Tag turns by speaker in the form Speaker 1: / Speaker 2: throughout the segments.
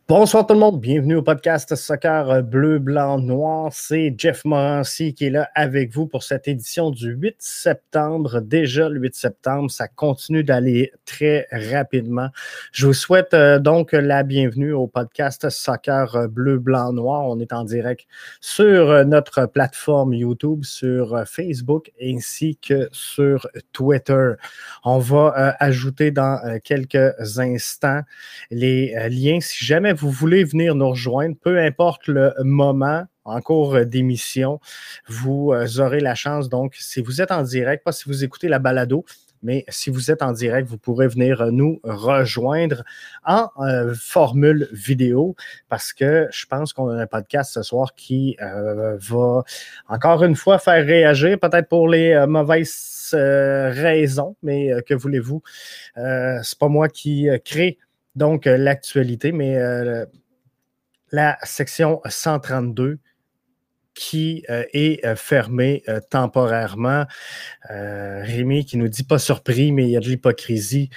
Speaker 1: Bonsoir tout le monde, bienvenue au podcast Soccer Bleu, Blanc, Noir. C'est Jeff Morancy qui est là avec vous pour cette édition du 8 septembre. Déjà le 8 septembre, ça continue d'aller très rapidement. Je vous souhaite donc la bienvenue au podcast Soccer Bleu, Blanc, Noir. On est en direct sur notre plateforme YouTube, sur Facebook ainsi que sur Twitter. On va ajouter dans quelques instants les liens. Si jamais vous voulez venir nous rejoindre, peu importe le moment en cours d'émission, vous aurez la chance, donc, si vous êtes en direct, pas si vous écoutez la balado, mais si vous êtes en direct, vous pourrez venir nous rejoindre en formule vidéo parce que je pense qu'on a un podcast ce soir qui va encore une fois faire réagir, peut-être pour les mauvaises raisons, mais que voulez-vous? C'est pas moi qui crée donc l'actualité, mais la section 132 qui est fermée temporairement. Rémi qui nous dit pas surpris, mais il y a de l'hypocrisie.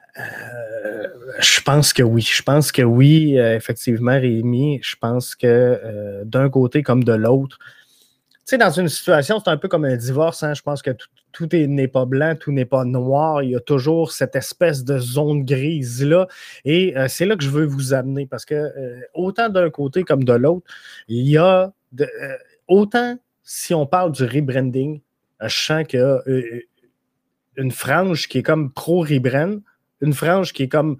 Speaker 1: Je pense que oui. Je pense que oui, effectivement, Rémi. Je pense que d'un côté comme de l'autre, tu sais, dans une situation, c'est un peu comme un divorce. Hein? Je pense que tout n'est pas blanc, tout n'est pas noir. Il y a toujours cette espèce de zone grise-là. Et c'est là que je veux vous amener parce que autant d'un côté comme de l'autre, il y a autant si on parle du rebranding, je sens qu'il y a une frange qui est comme pro-rebrand, une frange qui est comme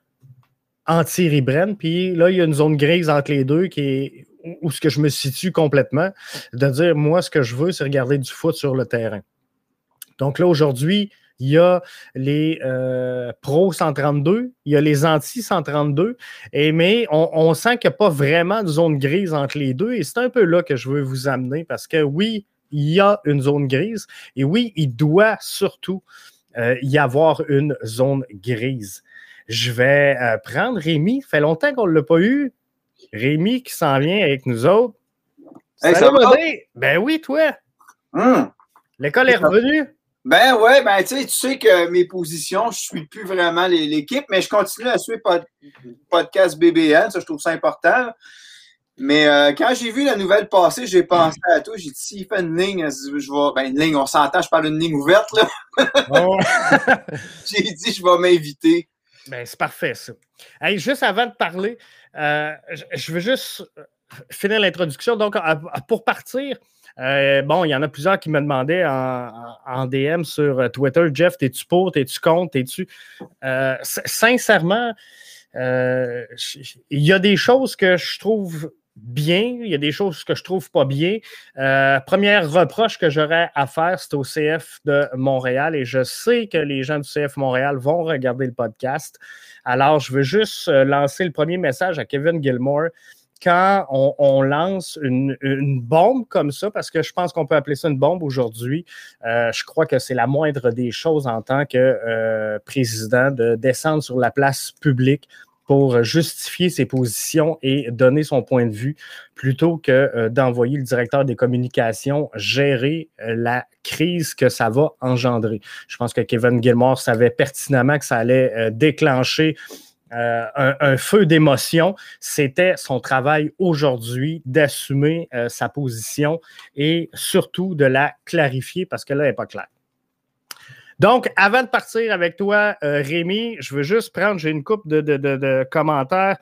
Speaker 1: anti-rebrand, puis là, il y a une zone grise entre les deux qui est où ce que je me situe complètement, de dire, moi, ce que je veux, c'est regarder du foot sur le terrain. Donc là, aujourd'hui, il y a les pro 132, il y a les anti 132, mais on sent qu'il n'y a pas vraiment de zone grise entre les deux, et c'est un peu là que je veux vous amener, parce que oui, il y a une zone grise, et oui, il doit surtout y avoir une zone grise. Je vais prendre Rémi, ça fait longtemps qu'on ne l'a pas eu. Rémi qui s'en vient avec nous autres.
Speaker 2: Hey,
Speaker 1: salut, ça va? Ben oui, toi. L'école est revenue.
Speaker 2: Ben ouais, ben tu sais que mes positions, je ne suis plus vraiment l'équipe, mais je continue à suivre podcast BBN, ça je trouve ça important. Mais quand j'ai vu la nouvelle passer, j'ai pensé à toi, j'ai dit s'il fait une ligne, une ligne, on s'entend, je parle d'une ligne ouverte là. Oh. J'ai dit je vais m'inviter.
Speaker 1: Ben, c'est parfait, ça. Hey, juste avant de parler, je veux juste finir l'introduction. Donc, pour partir, bon, il y en a plusieurs qui me demandaient en DM sur Twitter, Jeff, t'es-tu pour, t'es-tu contre, t'es-tu... sincèrement, il y a des choses que je trouve bien, il y a des choses que je trouve pas bien. Première reproche que j'aurais à faire, c'est au CF de Montréal et je sais que les gens du CF Montréal vont regarder le podcast. Alors, je veux juste lancer le premier message à Kevin Gilmore. Quand on lance une bombe comme ça, parce que je pense qu'on peut appeler ça une bombe aujourd'hui, je crois que c'est la moindre des choses en tant que président de descendre sur la place publique pour justifier ses positions et donner son point de vue, plutôt que d'envoyer le directeur des communications gérer la crise que ça va engendrer. Je pense que Kevin Gilmore savait pertinemment que ça allait déclencher un feu d'émotion. C'était son travail aujourd'hui d'assumer sa position et surtout de la clarifier parce que là, elle n'est pas claire. Donc, avant de partir avec toi, Rémi, je veux juste prendre, j'ai une couple de commentaires.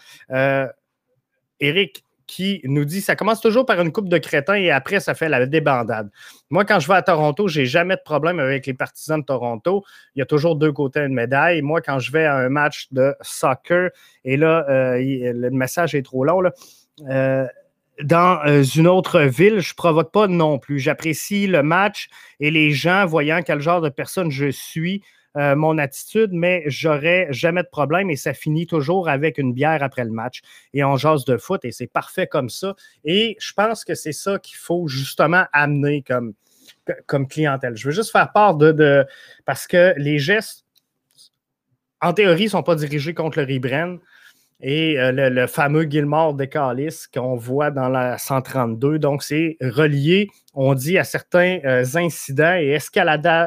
Speaker 1: Éric qui nous dit « Ça commence toujours par une couple de crétins et après, ça fait la débandade. » Moi, quand je vais à Toronto, j'ai jamais de problème avec les partisans de Toronto. Il y a toujours deux côtés d'une médaille. Moi, quand je vais à un match de soccer, et là, le message est trop long, là, dans une autre ville, je ne provoque pas non plus. J'apprécie le match et les gens voyant quel genre de personne je suis, mon attitude, mais j'aurais jamais de problème et ça finit toujours avec une bière après le match et on jase de foot et c'est parfait comme ça. Et je pense que c'est ça qu'il faut justement amener comme clientèle. Je veux juste faire part parce que les gestes, en théorie, ne sont pas dirigés contre le rebrand. Et le fameux Gilmore Décalisse qu'on voit dans la 132. Donc, c'est relié, on dit, à certains incidents et escalade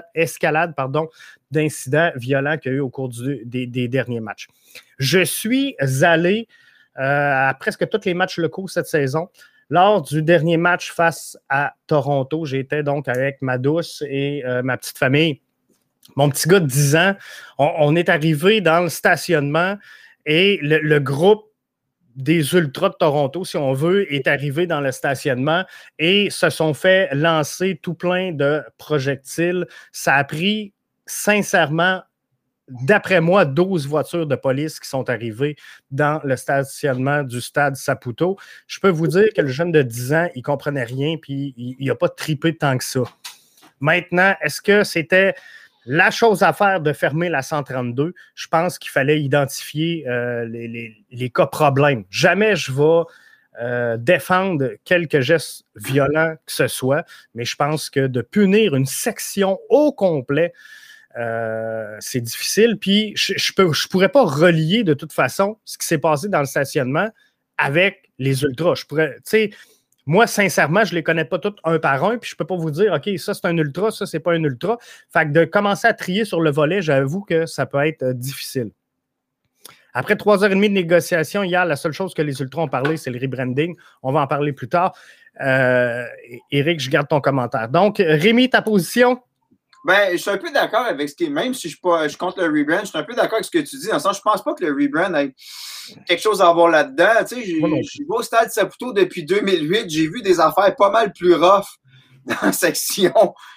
Speaker 1: d'incidents violents qu'il y a eu au cours des derniers matchs. Je suis allé à presque tous les matchs locaux cette saison. Lors du dernier match face à Toronto, j'étais donc avec ma douce et ma petite famille. Mon petit gars de 10 ans, on est arrivé dans le stationnement et le groupe des Ultras de Toronto, si on veut, est arrivé dans le stationnement et se sont fait lancer tout plein de projectiles. Ça a pris, sincèrement, d'après moi, 12 voitures de police qui sont arrivées dans le stationnement du stade Saputo. Je peux vous dire que le jeune de 10 ans, il ne comprenait rien puis il n'a pas trippé tant que ça. Maintenant, est-ce que c'était la chose à faire de fermer la 132? Je pense qu'il fallait identifier les cas problèmes. Jamais je vais défendre quelque geste violent que ce soit, mais je pense que de punir une section au complet, c'est difficile. Puis, je pourrais pas relier de toute façon ce qui s'est passé dans le stationnement avec les ultras. Moi, sincèrement, je ne les connais pas tous un par un, puis je ne peux pas vous dire, OK, ça, c'est un ultra, ça, c'est pas un ultra. Fait que de commencer à trier sur le volet, j'avoue que ça peut être difficile. Après 3h30 de négociation, hier, la seule chose que les ultras ont parlé, c'est le rebranding. On va en parler plus tard. Éric, je garde ton commentaire. Donc, Rémi, ta position?
Speaker 2: Ben, je suis un peu d'accord avec ce qui est, même si je compte le rebrand, je suis un peu d'accord avec ce que tu dis. Dans le sens, je pense pas que le rebrand ait quelque chose à voir là-dedans. Tu sais, je suis au stade Saputo depuis 2008. J'ai vu des affaires pas mal plus rough dans la section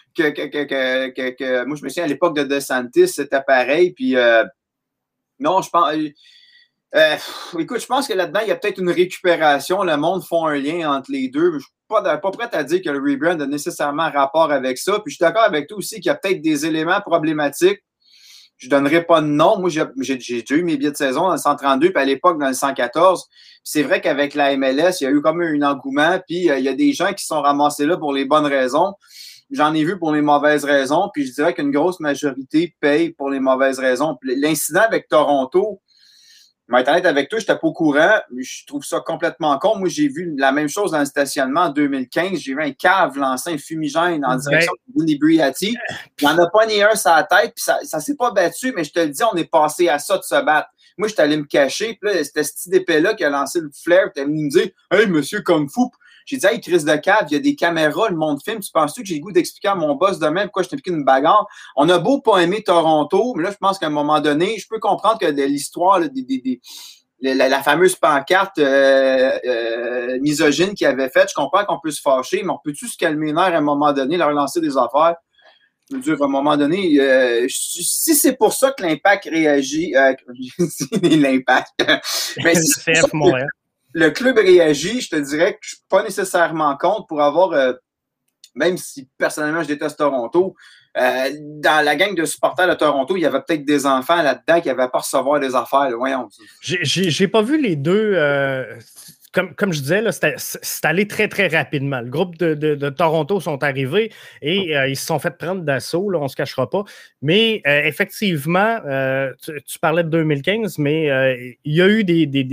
Speaker 2: que moi, je me souviens à l'époque de DeSantis, c'était pareil. Puis, non, je pense. Écoute, je pense que là-dedans, il y a peut-être une récupération. Le monde font un lien entre les deux. Mais je ne suis pas prêt à dire que le rebrand a nécessairement rapport avec ça. Puis je suis d'accord avec toi aussi qu'il y a peut-être des éléments problématiques. Je ne donnerai pas de nom. Moi, j'ai déjà eu mes billets de saison dans le 132, puis à l'époque, dans le 114. Puis c'est vrai qu'avec la MLS, il y a eu comme un engouement. Puis il y a des gens qui sont ramassés là pour les bonnes raisons. J'en ai vu pour les mauvaises raisons. Puis je dirais qu'une grosse majorité paye pour les mauvaises raisons. Puis l'incident avec Toronto, je vais être honnête avec toi, je n'étais pas au courant, mais je trouve ça complètement con. Moi, j'ai vu la même chose dans le stationnement en 2015. J'ai vu un cave lancer un fumigène en direction de Inebriati. Il n'y en a pas ni un sur la tête, puis ça ne s'est pas battu, mais je te le dis, on est passé à ça de se battre. Moi, j'étais allé me cacher, puis là, c'était ce petit épée-là qui a lancé le flair, puis il est venu me dire « Hey, monsieur, comme fou! » J'ai dit « Hey, Chris de cave, il y a des caméras, le monde filme. Tu penses-tu que j'ai le goût d'expliquer à mon boss demain pourquoi je t'ai piqué une bagarre? » On a beau pas aimer Toronto, mais là, je pense qu'à un moment donné, je peux comprendre que de l'histoire là, la fameuse pancarte misogyne qu'il avait faite, je comprends qu'on peut se fâcher, mais on peut-tu se calmer les nerfs à un moment donné, leur lancer des affaires? Je veux dire, à un moment donné, si c'est pour ça que l'Impact réagit, l'Impact, mais si le club réagit, je te dirais que je ne suis pas nécessairement contre pour avoir, même si personnellement je déteste Toronto, dans la gang de supporters de Toronto, il y avait peut-être des enfants là-dedans qui n'avaient pas à recevoir des affaires. Voyons.
Speaker 1: J'ai pas vu les deux. Comme je disais, c'est allé très, très rapidement. Le groupe de Toronto sont arrivés et ils se sont fait prendre d'assaut, là, on ne se cachera pas. Mais effectivement, tu parlais de 2015, mais il y a eu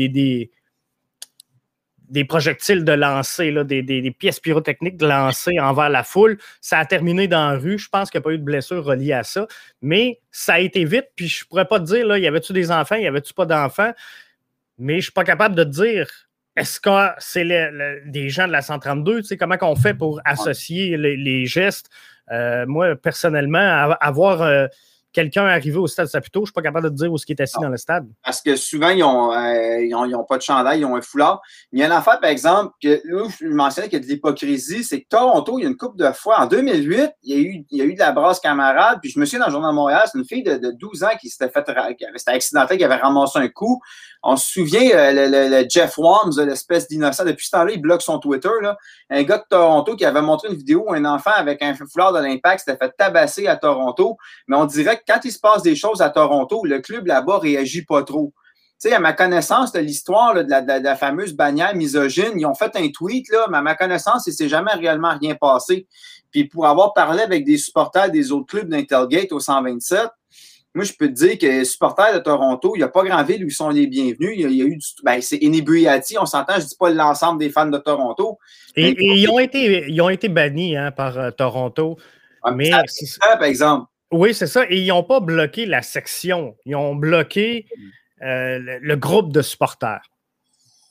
Speaker 1: des projectiles de lancer, là, des pièces pyrotechniques de lancer envers la foule. Ça a terminé dans la rue. Je pense qu'il n'y a pas eu de blessure reliée à ça. Mais ça a été vite. Puis je ne pourrais pas te dire, là, y avait-tu des enfants, y avait-tu pas d'enfants? Mais je ne suis pas capable de te dire, est-ce que c'est des gens de la 132? Tu sais, comment on fait pour associer les gestes? Moi, personnellement, avoir quelqu'un arrivé au stade Saputo, je ne suis pas capable de te dire où est-ce qu'il est assis dans le stade.
Speaker 2: Parce que souvent, ils n'ont pas de chandail, ils ont un foulard. Il y a une affaire, par exemple, que là, je mentionnais qu'il y a de l'hypocrisie, c'est que Toronto, il y a une couple de fois, en 2008, il y a eu de la brasse camarade, puis je me souviens dans le Journal de Montréal, c'est une fille de 12 ans qui s'était accidentée, qui avait ramassé un coup. On se souvient, le Jeff Wams, l'espèce d'innocent, depuis ce temps-là, il bloque son Twitter, là. Un gars de Toronto qui avait montré une vidéo où un enfant avec un foulard de l'Impact s'était fait tabasser à Toronto. Mais on dirait que quand il se passe des choses à Toronto, le club là-bas réagit pas trop. Tu sais, à ma connaissance de l'histoire là, de la fameuse bannière misogyne, ils ont fait un tweet, là, mais à ma connaissance, il ne s'est jamais réellement rien passé. Puis pour avoir parlé avec des supporters des autres clubs d'Intelgate au 127, moi, je peux te dire que les supporters de Toronto, il n'y a pas grand ville où ils sont les bienvenus. Il y a eu c'est Inebriati, on s'entend, je ne dis pas l'ensemble des fans de Toronto.
Speaker 1: Et ils ont été bannis par Toronto. Mais
Speaker 2: c'est ça, par exemple.
Speaker 1: Oui, c'est ça. Et ils n'ont pas bloqué la section. Ils ont bloqué le groupe de supporters.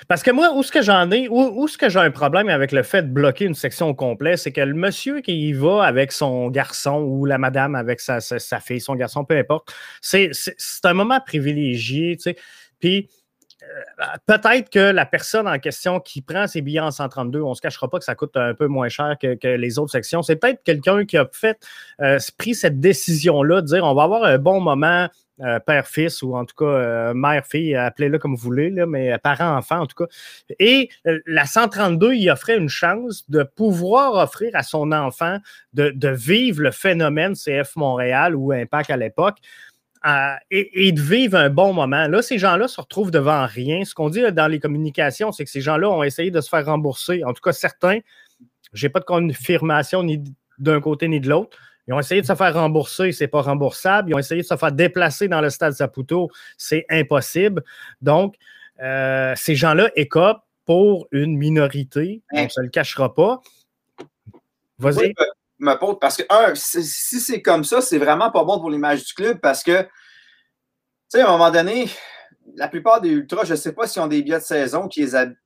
Speaker 1: Parce que moi, où est-ce que j'en ai, où est-ce que j'ai un problème avec le fait de bloquer une section au complet, c'est que le monsieur qui y va avec son garçon ou la madame avec sa fille, son garçon, peu importe, c'est un moment privilégié, tu sais. Puis peut-être que la personne en question qui prend ses billets en 132, on ne se cachera pas que ça coûte un peu moins cher que les autres sections. C'est peut-être quelqu'un qui a pris cette décision-là de dire on va avoir un bon moment père-fils ou en tout cas mère-fille, appelez-le comme vous voulez, là, mais parent-enfant en tout cas. Et la 132, il offrait une chance de pouvoir offrir à son enfant de vivre le phénomène CF Montréal ou Impact à l'époque. Et de vivre un bon moment. Là, ces gens-là se retrouvent devant rien. Ce qu'on dit dans les communications, c'est que ces gens-là ont essayé de se faire rembourser. En tout cas, certains, je n'ai pas de confirmation ni d'un côté ni de l'autre. Ils ont essayé de se faire rembourser, c'est pas remboursable. Ils ont essayé de se faire déplacer dans le stade Saputo, c'est impossible. Donc, ces gens-là écopent pour une minorité. On ne se le cachera pas. Vas-y.
Speaker 2: Oui, parce que, si c'est comme ça, c'est vraiment pas bon pour l'image du club parce que, tu sais, à un moment donné, la plupart des ultras, je ne sais pas s'ils ont des billets de saison qui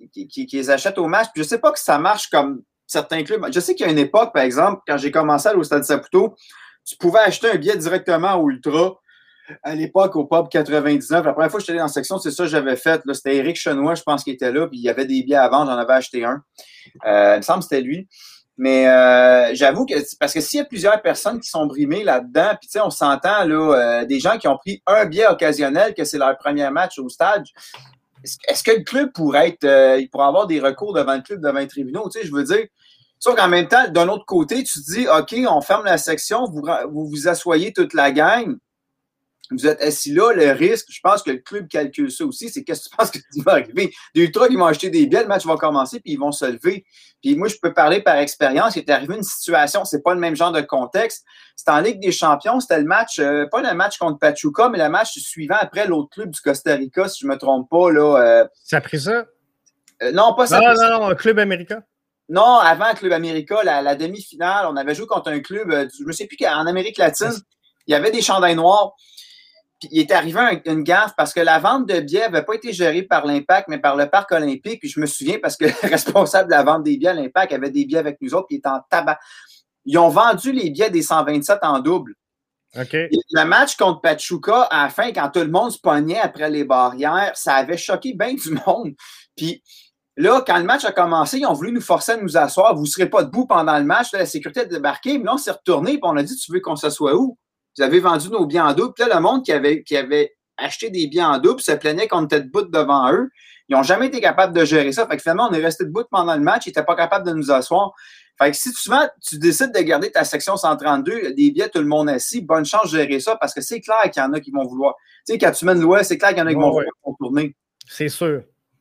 Speaker 2: les achètent au match. Puis je ne sais pas que ça marche comme certains clubs. Je sais qu'il y a une époque, par exemple, quand j'ai commencé à aller au Stade Saputo, tu pouvais acheter un billet directement au ultra. À l'époque, au pub 99, la première fois que je suis allé dans la section, c'est ça que j'avais fait. C'était Éric Chenois, je pense, qui était là. Puis il y avait des billets à vendre, j'en avais acheté un. Il me semble que c'était lui. Mais j'avoue que, parce que s'il y a plusieurs personnes qui sont brimées là-dedans, puis tu sais, on s'entend, là, des gens qui ont pris un billet occasionnel, que c'est leur premier match au stade, est-ce que le club pourrait il pourrait avoir des recours devant le club, devant les tribunaux, tu sais, je veux dire. Sauf qu'en même temps, d'un autre côté, tu te dis, OK, on ferme la section, vous asseyez toute la gang. Vous êtes assis là, le risque, je pense que le club calcule ça aussi, c'est qu'est-ce que tu penses que tu vas arriver? Des ultras qui vont acheter des billets, le match va commencer, puis ils vont se lever. Puis moi, je peux parler par expérience, il est arrivé une situation, c'est pas le même genre de contexte. C'était en Ligue des Champions, c'était le match, pas le match contre Pachuca, mais le match suivant après l'autre club du Costa Rica, si je me trompe pas. Là,
Speaker 1: ça a pris ça?
Speaker 2: Non, pas ça.
Speaker 1: Non, Club Américain.
Speaker 2: Non, avant Club América, la demi-finale, on avait joué contre un club, je ne sais plus qu'en Amérique latine, il y avait des chandails noirs. Puis il est arrivé une gaffe parce que la vente de billets n'avait pas été gérée par l'Impact, mais par le Parc olympique. Puis je me souviens parce que le responsable de la vente des billets à l'Impact avait des billets avec nous autres, puis il était en tabac. Ils ont vendu les billets des 127 en double.
Speaker 1: Okay.
Speaker 2: Le match contre Pachuca, à la fin, quand tout le monde se pognait après les barrières, ça avait choqué bien du monde. Puis là, quand le match a commencé, ils ont voulu nous forcer à nous asseoir. Vous ne serez pas debout pendant le match. Là, la sécurité a débarqué. Mais là, on s'est retourné et on a dit, tu veux qu'on s'assoie où? Vous avez vendu nos billets en double. Puis là, le monde qui avait acheté des billets en double se plaignait qu'on était debout devant eux. Ils n'ont jamais été capables de gérer ça. Fait que finalement, on est resté debout pendant le match. Ils n'étaient pas capables de nous asseoir. Fait que si souvent, tu décides de garder ta section 132, des billets, tout le monde assis, bonne chance de gérer ça parce que c'est clair qu'il y en a qui vont vouloir. Tu sais, quand tu mènes l'Ouest, c'est clair qu'il y en a qui vont vouloir contourner.
Speaker 1: C'est sûr.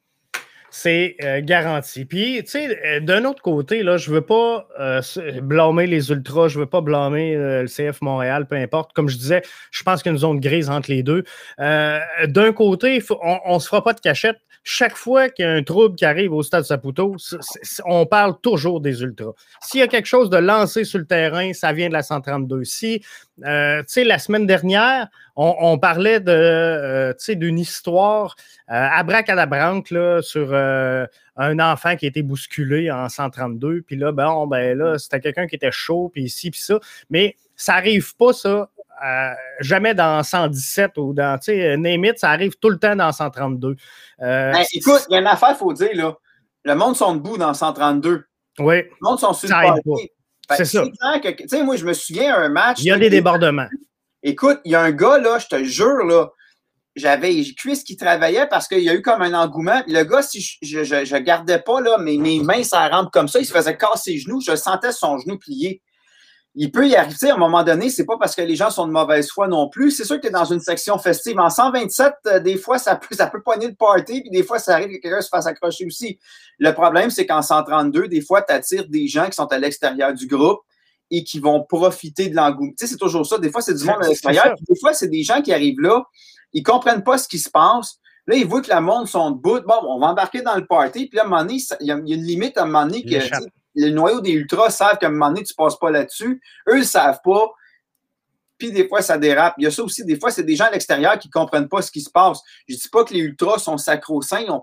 Speaker 1: C'est garanti. Puis, tu sais, d'un autre côté, là, je ne veux pas blâmer les Ultras, je ne veux pas blâmer le CF Montréal, peu importe. Comme je disais, je pense qu'il y a une zone grise entre les deux. D'un côté, on ne se fera pas de cachette. Chaque fois qu'il y a un trouble qui arrive au Stade Saputo, on parle toujours des Ultras. S'il y a quelque chose de lancé sur le terrain, ça vient de la 132. Si, tu sais, la semaine dernière, on parlait d'une histoire abracadabrante là, sur un enfant qui a été bousculé en 132. Puis là, là, c'était quelqu'un qui était chaud, puis ici, puis ça. Mais ça n'arrive pas, ça, jamais dans 117 ou dans, tu sais, name it, ça arrive tout le temps dans 132.
Speaker 2: Écoute, il y a une affaire, il faut dire, là. Le monde sont debout dans 132.
Speaker 1: Oui.
Speaker 2: Le monde sont sur le parquet.
Speaker 1: C'est ça.
Speaker 2: Tu sais, moi, je me souviens un match.
Speaker 1: Il y a des débordements.
Speaker 2: Écoute, il y a un gars, là, je te jure, là, j'avais Chris qui travaillait parce qu'il y a eu comme un engouement. Le gars, si je gardais pas, là, mes mains, ça rentre comme ça, il se faisait casser les genoux, je sentais son genou plié. Il peut y arriver, à un moment donné, c'est pas parce que les gens sont de mauvaise foi non plus. C'est sûr que tu es dans une section festive. En 127, des fois, ça peut pogner le party, puis des fois, ça arrive que quelqu'un se fasse accrocher aussi. Le problème, c'est qu'en 132, des fois, tu attires des gens qui sont à l'extérieur du groupe et qui vont profiter de l'engouement. Tu sais, c'est toujours ça. Des fois, c'est du monde à l'extérieur. Des fois, c'est des gens qui arrivent là, ils comprennent pas ce qui se passe. Là, ils voient que le monde sont debout. Bon, on va embarquer dans le party. Puis là, à un moment donné, il y a une limite à un moment donné que le noyau des ultras savent qu'à un moment donné, tu passes pas là-dessus. Eux, ils ne savent pas. Puis des fois, ça dérape. Il y a ça aussi. Des fois, c'est des gens à l'extérieur qui ne comprennent pas ce qui se passe. Je ne dis pas que les ultras sont sacro-saints.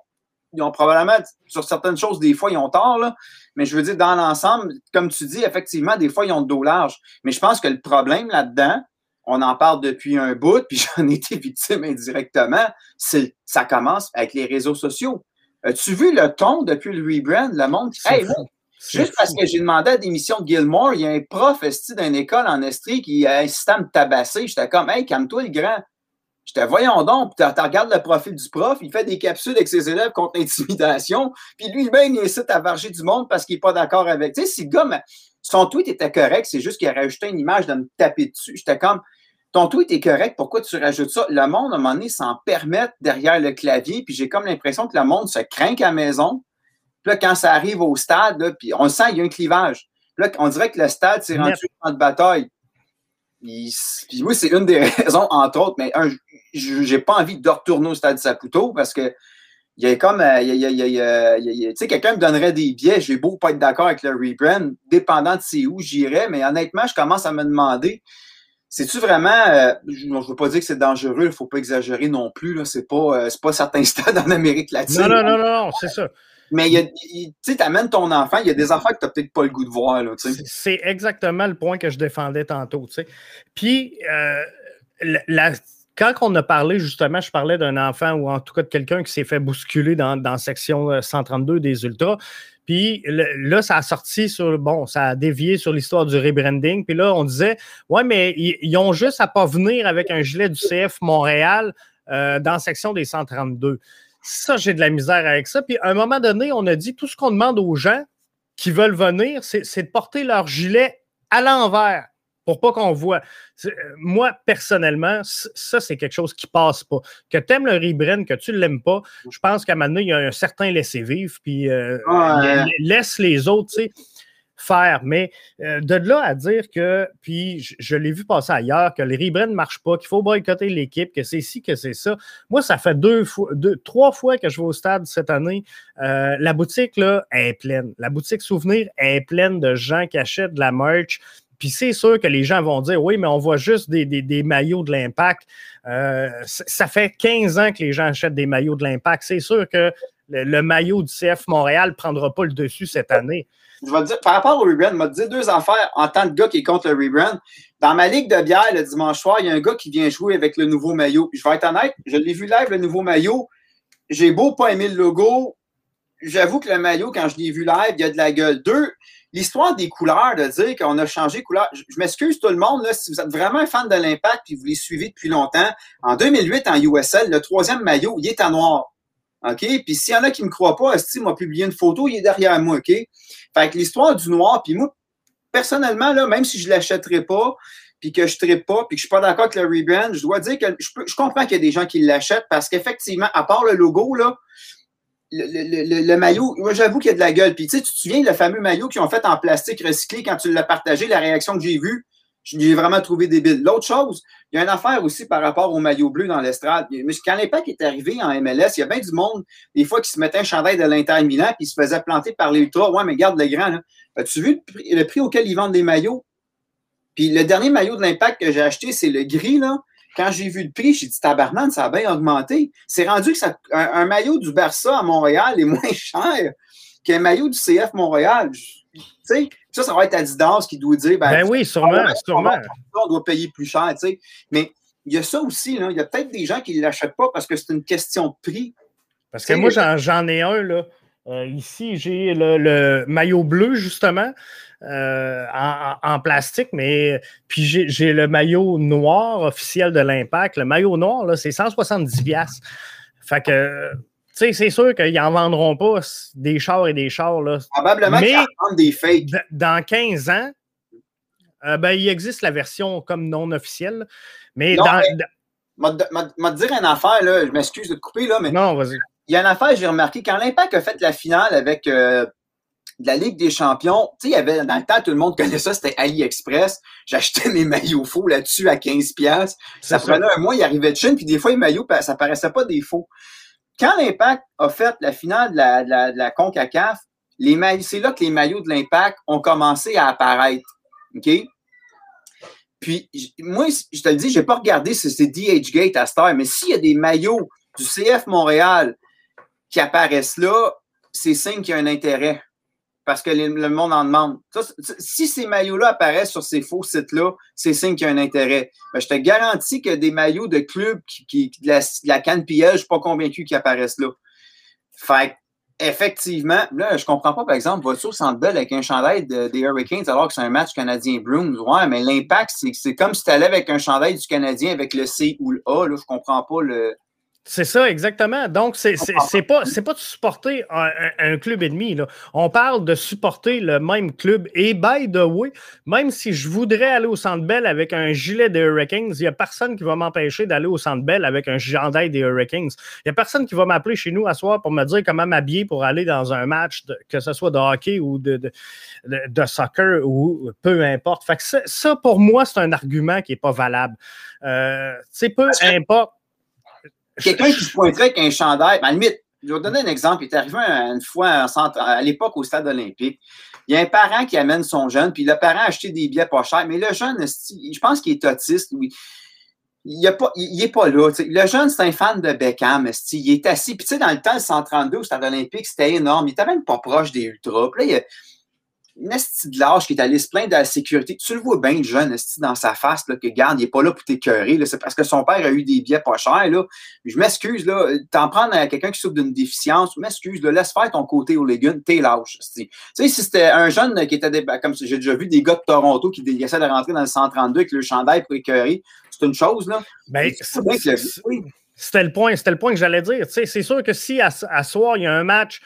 Speaker 2: ils ont probablement, sur certaines choses, des fois, ils ont tort, là. Mais je veux dire, dans l'ensemble, comme tu dis, effectivement, des fois, ils ont le dos large. Mais je pense que le problème là-dedans, on en parle depuis un bout, puis j'en ai été victime indirectement, ça commence avec les réseaux sociaux. As-tu vu le ton depuis le rebrand? Le monde qui hey, juste parce que j'ai demandé à l'émission de Gilmore, il y a un prof d'une école en Estrie qui a insisté à me tabasser. J'étais comme, hey, calme-toi, le grand. J'étais, voyons donc, puis tu regardes le profil du prof, il fait des capsules avec ses élèves contre l'intimidation, puis lui-même, il incite à varger du monde parce qu'il n'est pas d'accord avec. Tu sais, si le gars, son tweet était correct, c'est juste qu'il a rajouté une image de me taper dessus. J'étais comme, ton tweet est correct, pourquoi tu rajoutes ça? Le monde, à un moment donné, s'en permet derrière le clavier, puis j'ai comme l'impression que le monde se craint à la maison. Puis là, quand ça arrive au stade, là, puis on le sent, il y a un clivage. Puis là, on dirait que le stade s'est rendu en bataille. Puis oui, c'est une des raisons, entre autres, mais j'ai pas envie de retourner au stade Saputo parce que il y a comme, tu sais, quelqu'un me donnerait des billets, j'ai beau pas être d'accord avec le rebrand, dépendant de c'est où j'irais, mais honnêtement, je commence à me demander, c'est-tu vraiment, je ne veux pas dire que c'est dangereux, il ne faut pas exagérer non plus, là, c'est pas certains stades en Amérique latine.
Speaker 1: Non, c'est ça.
Speaker 2: Mais tu sais, t'amènes ton enfant, il y a des enfants que tu n'as peut-être pas le goût de voir. Là,
Speaker 1: c'est exactement le point que je défendais tantôt. T'sais. Puis, quand on a parlé, justement, je parlais d'un enfant ou en tout cas de quelqu'un qui s'est fait bousculer dans section 132 des Ultras. Puis là, ça a sorti ça a dévié sur l'histoire du rebranding. Puis là, on disait, ouais, mais ils ont juste à pas venir avec un gilet du CF Montréal dans section des 132. Ça, j'ai de la misère avec ça. Puis, à un moment donné, on a dit tout ce qu'on demande aux gens qui veulent venir, c'est de porter leur gilet à l'envers pour pas qu'on voit. Moi, personnellement, ça, c'est quelque chose qui passe pas. Que tu aimes le rebrand, que tu ne l'aimes pas, je pense qu'à un moment donné, il y a un certain laisser-vivre, puis laisse les autres, tu sais, faire. Mais de là à dire que, puis je l'ai vu passer ailleurs, que les rebrands ne marchent pas, qu'il faut boycotter l'équipe, que c'est ci, que c'est ça. Moi, ça fait 3 fois que je vais au stade cette année. La boutique, là, est pleine. La boutique Souvenir est pleine de gens qui achètent de la merch. Puis c'est sûr que les gens vont dire, oui, mais on voit juste des maillots de l'Impact. Ça fait 15 ans que les gens achètent des maillots de l'Impact. C'est sûr que le maillot du CF Montréal ne prendra pas le dessus cette année.
Speaker 2: Je vais te dire, par rapport au rebrand, je vais te dire 2 affaires en tant que gars qui est contre le rebrand. Dans ma ligue de bière, le dimanche soir, il y a un gars qui vient jouer avec le nouveau maillot. Puis je vais être honnête, je l'ai vu live, le nouveau maillot. J'ai beau pas aimer le logo. J'avoue que le maillot, quand je l'ai vu live, il y a de la gueule. 2, l'histoire des couleurs, de dire qu'on a changé couleur. Je m'excuse tout le monde, là, si vous êtes vraiment un fan de l'Impact et vous les suivez depuis longtemps, en 2008, en USL, le 3e maillot, il est en noir. OK? Puis s'il y en a qui ne me croient pas, Steve m'a publié une photo, il est derrière moi, OK? Fait que l'histoire du noir, puis moi, personnellement, là, même si je ne l'achèterais pas, puis que je ne trippe pas, puis que je ne suis pas d'accord avec le rebrand, je dois dire que je comprends qu'il y a des gens qui l'achètent parce qu'effectivement, à part le logo, là, le maillot, moi j'avoue qu'il y a de la gueule. Puis tu sais, tu te souviens le fameux maillot qu'ils ont fait en plastique recyclé quand tu l'as partagé, la réaction que j'ai vue, j'ai vraiment trouvé débile. L'autre chose, il y a une affaire aussi par rapport au maillot bleu dans l'estrade. Quand l'Impact est arrivé en MLS, il y a bien du monde, des fois, qui se mettait un chandail de l'Inter Milan puis se faisait planter par les Ultras. Ouais, mais garde le grand, là. As-tu vu le prix auquel ils vendent des maillots? Puis le dernier maillot de l'Impact que j'ai acheté, c'est le gris, là. Quand j'ai vu le prix, j'ai dit tabarnak, ça a bien augmenté. C'est rendu que un maillot du Barça à Montréal est moins cher qu'un maillot du CF Montréal. Tu sais, ça va être Adidas qui doit dire
Speaker 1: ben oui, sûrement.
Speaker 2: On doit payer plus cher, tu sais. Mais il y a ça aussi, là. Il y a peut-être des gens qui ne l'achètent pas parce que c'est une question de prix.
Speaker 1: Parce que moi, j'en ai un, là. Ici, j'ai le maillot bleu, justement, en plastique, mais puis j'ai le maillot noir officiel de l'Impact. Le maillot noir, là, c'est 170$. Fait que, tu sais, c'est sûr qu'ils n'en vendront pas des chars et des chars. Là.
Speaker 2: Probablement qu'ils en vendent des fakes.
Speaker 1: Dans 15 ans, il existe la version comme non officielle. Mais
Speaker 2: non, m'a te dire une affaire, là, je m'excuse de te couper, là, mais.
Speaker 1: Non, vas-y.
Speaker 2: Il y a une affaire, j'ai remarqué, quand l'Impact a fait la finale avec de la Ligue des Champions, tu sais, il y avait, dans le temps, tout le monde connaissait ça, c'était AliExpress. J'achetais mes maillots faux là-dessus à 15$. Ça prenait un mois, il arrivait de Chine, puis des fois, les maillots, ça paraissait pas des faux. Quand l'Impact a fait la finale de la CONCACAF, c'est là que les maillots de l'Impact ont commencé à apparaître. OK? Puis, moi, je te le dis, je n'ai pas regardé si c'est DHgate à cette heure, mais s'il y a des maillots du CF Montréal qui apparaissent là, c'est signe qu'il y a un intérêt. Parce que le monde en demande. Si ces maillots-là apparaissent sur ces faux sites-là, c'est signe qu'il y a un intérêt. Ben, je te garantis que des maillots de clubs de la CanPL, je ne suis pas convaincu qu'ils apparaissent là. Fait effectivement, là, je comprends pas, par exemple, vas-tu au Centre Bell avec un chandail des Hurricanes alors que c'est un match Canadien-Bruins? Ouais, mais l'impact, c'est comme si tu allais avec un chandail du Canadien avec le C ou le A. Là, je comprends pas le...
Speaker 1: C'est ça, exactement. Donc, c'est pas de supporter un club ennemi, là. On parle de supporter le même club. Et by the way, même si je voudrais aller au Centre Bell avec un gilet des Hurricanes, il n'y a personne qui va m'empêcher d'aller au Centre Bell avec un chandail des Hurricanes. Il n'y a personne qui va m'appeler chez nous à soir pour me dire comment m'habiller pour aller dans un match, que ce soit de hockey ou de soccer ou peu importe. Fait que ça, pour moi, c'est un argument qui n'est pas valable. Peu importe.
Speaker 2: Quelqu'un qui se pointerait avec un chandail, à la limite, je vais vous donner un exemple. Il est arrivé une fois à l'époque au stade olympique. Il y a un parent qui amène son jeune, puis le parent a acheté des billets pas chers, mais le jeune, je pense qu'il est autiste. Oui. Il est pas là. T'sais. Le jeune, c'est un fan de Beckham. Il est assis. Puis, tu sais, dans le temps, le 132 au stade olympique, c'était énorme. Il était même pas proche des ultras. Puis là, il y a une esti de lâche qui est allé se plaindre de la sécurité. Tu le vois bien, le jeune, dans sa face, là, que garde, il n'est pas là pour t'écœurer. C'est parce que son père a eu des billets pas chers. Là. Je m'excuse, là, t'en prends à quelqu'un qui souffre d'une déficience, je m'excuse, là, laisse faire ton côté hooligan, t'es lâche. Tu sais, si c'était un jeune qui était, comme j'ai déjà vu des gars de Toronto qui essaient de rentrer dans le 132 avec le chandail pour écœurer, c'est une chose, là.
Speaker 1: Ben, c'était le point que j'allais dire. Tu sais, c'est sûr que si à soir, il y a un match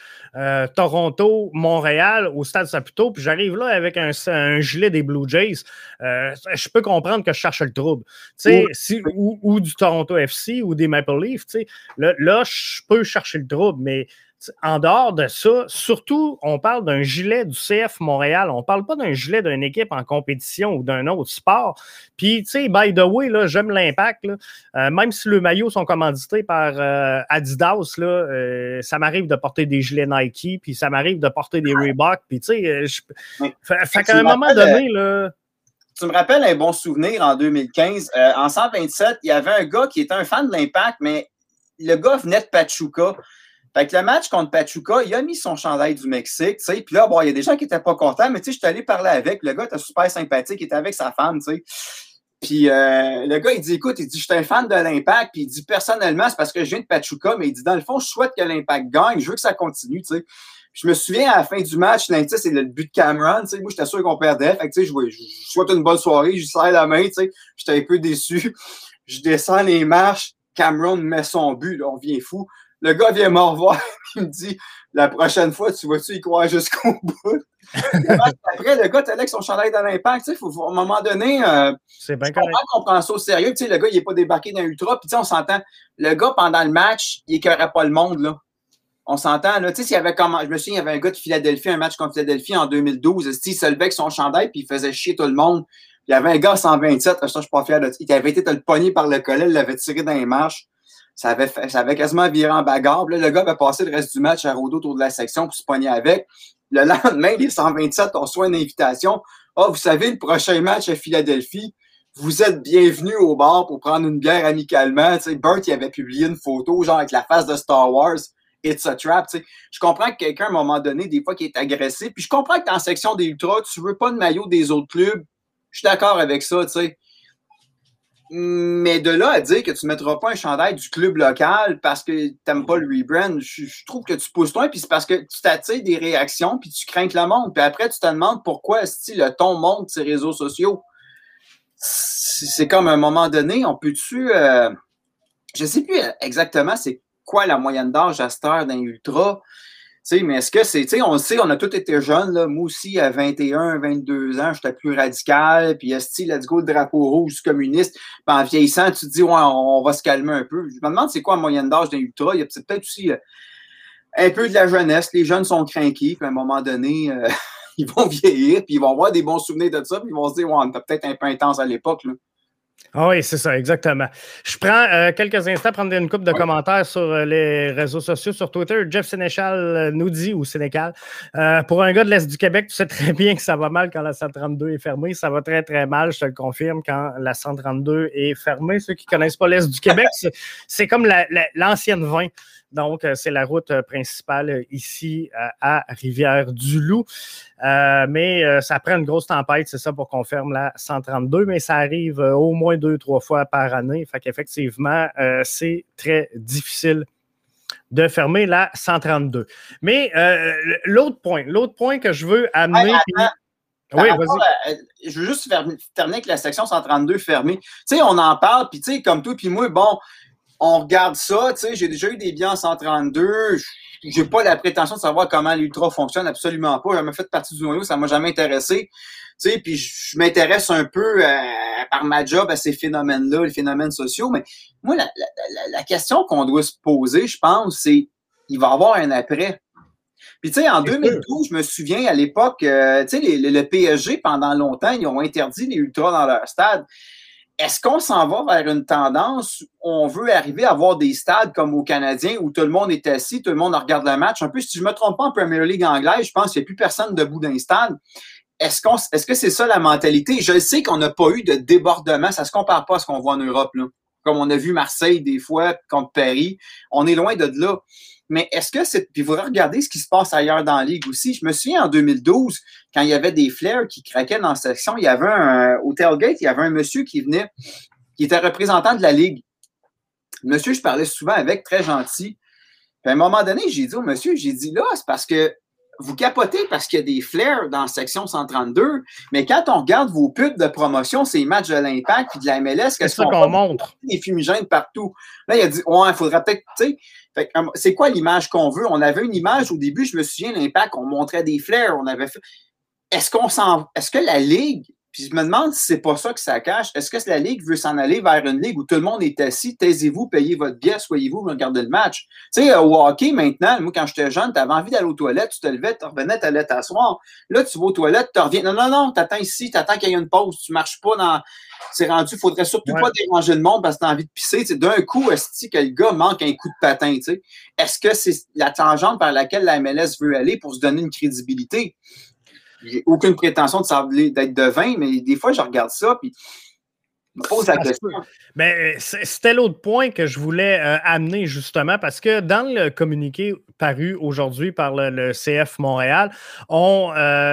Speaker 1: Toronto-Montréal au Stade Saputo, puis j'arrive là avec un gilet des Blue Jays, je peux comprendre que je cherche le trouble. Tu sais, ou du Toronto FC ou des Maple Leafs, tu sais, là, je peux chercher le trouble, mais en dehors de ça, surtout, on parle d'un gilet du CF Montréal. On ne parle pas d'un gilet d'une équipe en compétition ou d'un autre sport. Puis, tu sais, by the way, là, j'aime l'Impact. Même si le maillot sont commandités par Adidas, là, ça m'arrive de porter des gilets Nike, puis ça m'arrive de porter des Reebok. Puis, tu sais, fait qu'à un moment donné, là...
Speaker 2: Tu me rappelles un bon souvenir en 2015. En 127, il y avait un gars qui était un fan de l'Impact, mais le gars venait de Pachuca. Fait que le match contre Pachuca, il a mis son chandail du Mexique, tu sais. Puis là, bon, il y a des gens qui n'étaient pas contents, mais tu sais, je suis allé parler avec. Le gars était super sympathique, il était avec sa femme, tu sais. Puis le gars, il dit, écoute, il dit, je suis un fan de l'Impact. Puis il dit, personnellement, c'est parce que je viens de Pachuca, mais il dit, dans le fond, je souhaite que l'Impact gagne, je veux que ça continue, tu sais. Puis je me souviens, à la fin du match, c'est le but de Cameron, tu sais. Moi, j'étais sûr qu'on perdait. Fait que, tu sais, je souhaite une bonne soirée, je lui serre la main, tu sais. J'étais un peu déçu. Je descends les marches, Cameron met son but, là, on vient fou. Le gars vient me revoir, il me dit, la prochaine fois, tu vas-tu y croire jusqu'au bout? Après, le gars, t'es là avec son chandail de l'Impact, tu sais, à un moment donné,
Speaker 1: c'est bien correct.
Speaker 2: On prend ça au sérieux, tu sais, le gars, il n'est pas débarqué dans l'ultra, puis tu sais, on s'entend, le gars, pendant le match, il écœurait pas le monde, là. On s'entend, là, tu sais, s'il y avait je me souviens, il y avait un gars de Philadelphie, un match contre Philadelphie en 2012, il se levait avec son chandail, puis il faisait chier tout le monde. Il y avait un gars à 127, ça, je suis pas fier de ça. Il avait été le pogné par le collet, il l'avait tiré dans les marches. Ça avait quasiment viré en bagarre. Là, le gars avait passé le reste du match à rôder autour de la section pour se pogner avec. Le lendemain, les 127 ont reçu une invitation. Ah, vous savez, le prochain match à Philadelphie, vous êtes bienvenus au bar pour prendre une bière amicalement. Tu sais, Bert, il avait publié une photo, genre avec la face de Star Wars. It's a trap. Tu sais. Je comprends que quelqu'un, à un moment donné, des fois, qui est agressé. Puis je comprends que dans la section des ultras, tu veux pas de maillot des autres clubs. Je suis d'accord avec ça, tu sais. Mais de là à dire que tu ne mettras pas un chandail du club local parce que tu n'aimes pas le rebrand, je trouve que tu pousses loin, puis c'est parce que tu t'attires des réactions, puis tu crains que le monde. Puis après, tu te demandes pourquoi le ton monte sur les réseaux sociaux. C'est comme à un moment donné, on peut-tu... je ne sais plus exactement c'est quoi la moyenne d'âge à cette heure d'un ultra. T'sais, mais est-ce que c'est, on le sait, on a tous été jeunes, là. Moi aussi, à 21, 22 ans, j'étais plus radical, puis let's go, le drapeau rouge communiste. Puis en vieillissant, tu te dis, ouais, on va se calmer un peu. Je me demande, c'est quoi la moyenne d'âge d'un ultra? Il y a peut-être aussi un peu de la jeunesse. Les jeunes sont craqués, puis à un moment donné, ils vont vieillir, puis ils vont avoir des bons souvenirs de ça, puis ils vont se dire, ouais, on était peut-être un peu intense à l'époque, là.
Speaker 1: Ah oui, c'est ça, exactement. Je prends quelques instants pour prendre une couple de commentaires sur les réseaux sociaux, sur Twitter. Jeff Sénéchal nous dit, ou Sénécal, pour un gars de l'Est du Québec, tu sais très bien que ça va mal quand la 132 est fermée. Ça va très, très mal, je te le confirme, quand la 132 est fermée. Ceux qui ne connaissent pas l'Est du Québec, c'est comme l'ancienne 20 Donc, c'est la route principale ici à Rivière-du-Loup. Mais ça prend une grosse tempête, c'est ça, pour qu'on ferme la 132, mais ça arrive au moins 2-3 fois par année. Fait qu'effectivement, c'est très difficile de fermer la 132. Mais l'autre point que je veux amener...
Speaker 2: Oui, vas-y. Je veux juste terminer avec la section 132 fermée. Tu sais, on en parle, puis tu sais, comme toi puis moi, bon, on regarde ça, tu sais, j'ai déjà eu des billets en 132, j'ai pas la prétention de savoir comment l'Ultra fonctionne, absolument pas. J'ai jamais fait partie du noyau, ça m'a jamais intéressé. Tu sais, puis je m'intéresse un peu par ma job à ces phénomènes-là, les phénomènes sociaux, mais moi, la question qu'on doit se poser, je pense, c'est il va y avoir un après. Puis, tu sais, en 2012, je me souviens, à l'époque, tu sais, le PSG, pendant longtemps, ils ont interdit les ultras dans leur stade. Est-ce qu'on s'en va vers une tendance où on veut arriver à avoir des stades comme au Canadien où tout le monde est assis, tout le monde regarde le match? Un peu, si je ne me trompe pas, en Premier League anglaise, je pense qu'il n'y a plus personne debout dans les stades. Est-ce que c'est ça la mentalité? Je sais qu'on n'a pas eu de débordement. Ça ne se compare pas à ce qu'on voit en Europe, là. Comme on a vu Marseille des fois contre Paris. On est loin de là. Mais est-ce que c'est... Puis vous regardez ce qui se passe ailleurs dans la Ligue aussi. Je me souviens en 2012, quand il y avait des flares qui craquaient dans la section, il y avait au tailgate, il y avait un monsieur qui venait, qui était représentant de la Ligue. Le monsieur, je parlais souvent avec, très gentil. Puis à un moment donné, j'ai dit au monsieur, j'ai dit là, c'est parce que vous capotez parce qu'il y a des flares dans la section 132, mais quand on regarde vos pubs de promotion, ces matchs de l'Impact puis de la MLS,
Speaker 1: qu'est-ce qu'on montre?
Speaker 2: Des fumigènes partout. Là, il a dit, ouais, il faudrait peut-être, tu sais, c'est quoi l'image qu'on veut? On avait une image au début, je me souviens, l'Impact, on montrait des flares, on avait fait. Est-ce que la Ligue, puis je me demande si c'est pas ça que ça cache, est-ce que la Ligue veut s'en aller vers une Ligue où tout le monde est assis, taisez-vous, payez votre billet, soyez-vous, regardez le match? Tu sais, au hockey, maintenant, moi, quand j'étais jeune, tu avais envie d'aller aux toilettes, tu te levais, tu revenais, tu allais t'asseoir. Là, tu vas aux toilettes, tu reviens. Non, t'attends ici, t'attends qu'il y ait une pause, tu marches pas dans. C'est rendu, il faudrait surtout pas déranger le monde parce que tu as envie de pisser. T'sais, d'un coup, est-ce que le gars manque un coup de patin? T'sais? Est-ce que c'est la tangente par laquelle la MLS veut aller pour se donner une crédibilité? J'ai aucune prétention d'être devin, mais des fois, je regarde ça puis je me pose la question.
Speaker 1: Mais c'était l'autre point que je voulais amener justement parce que dans le communiqué paru aujourd'hui par le CF Montréal, on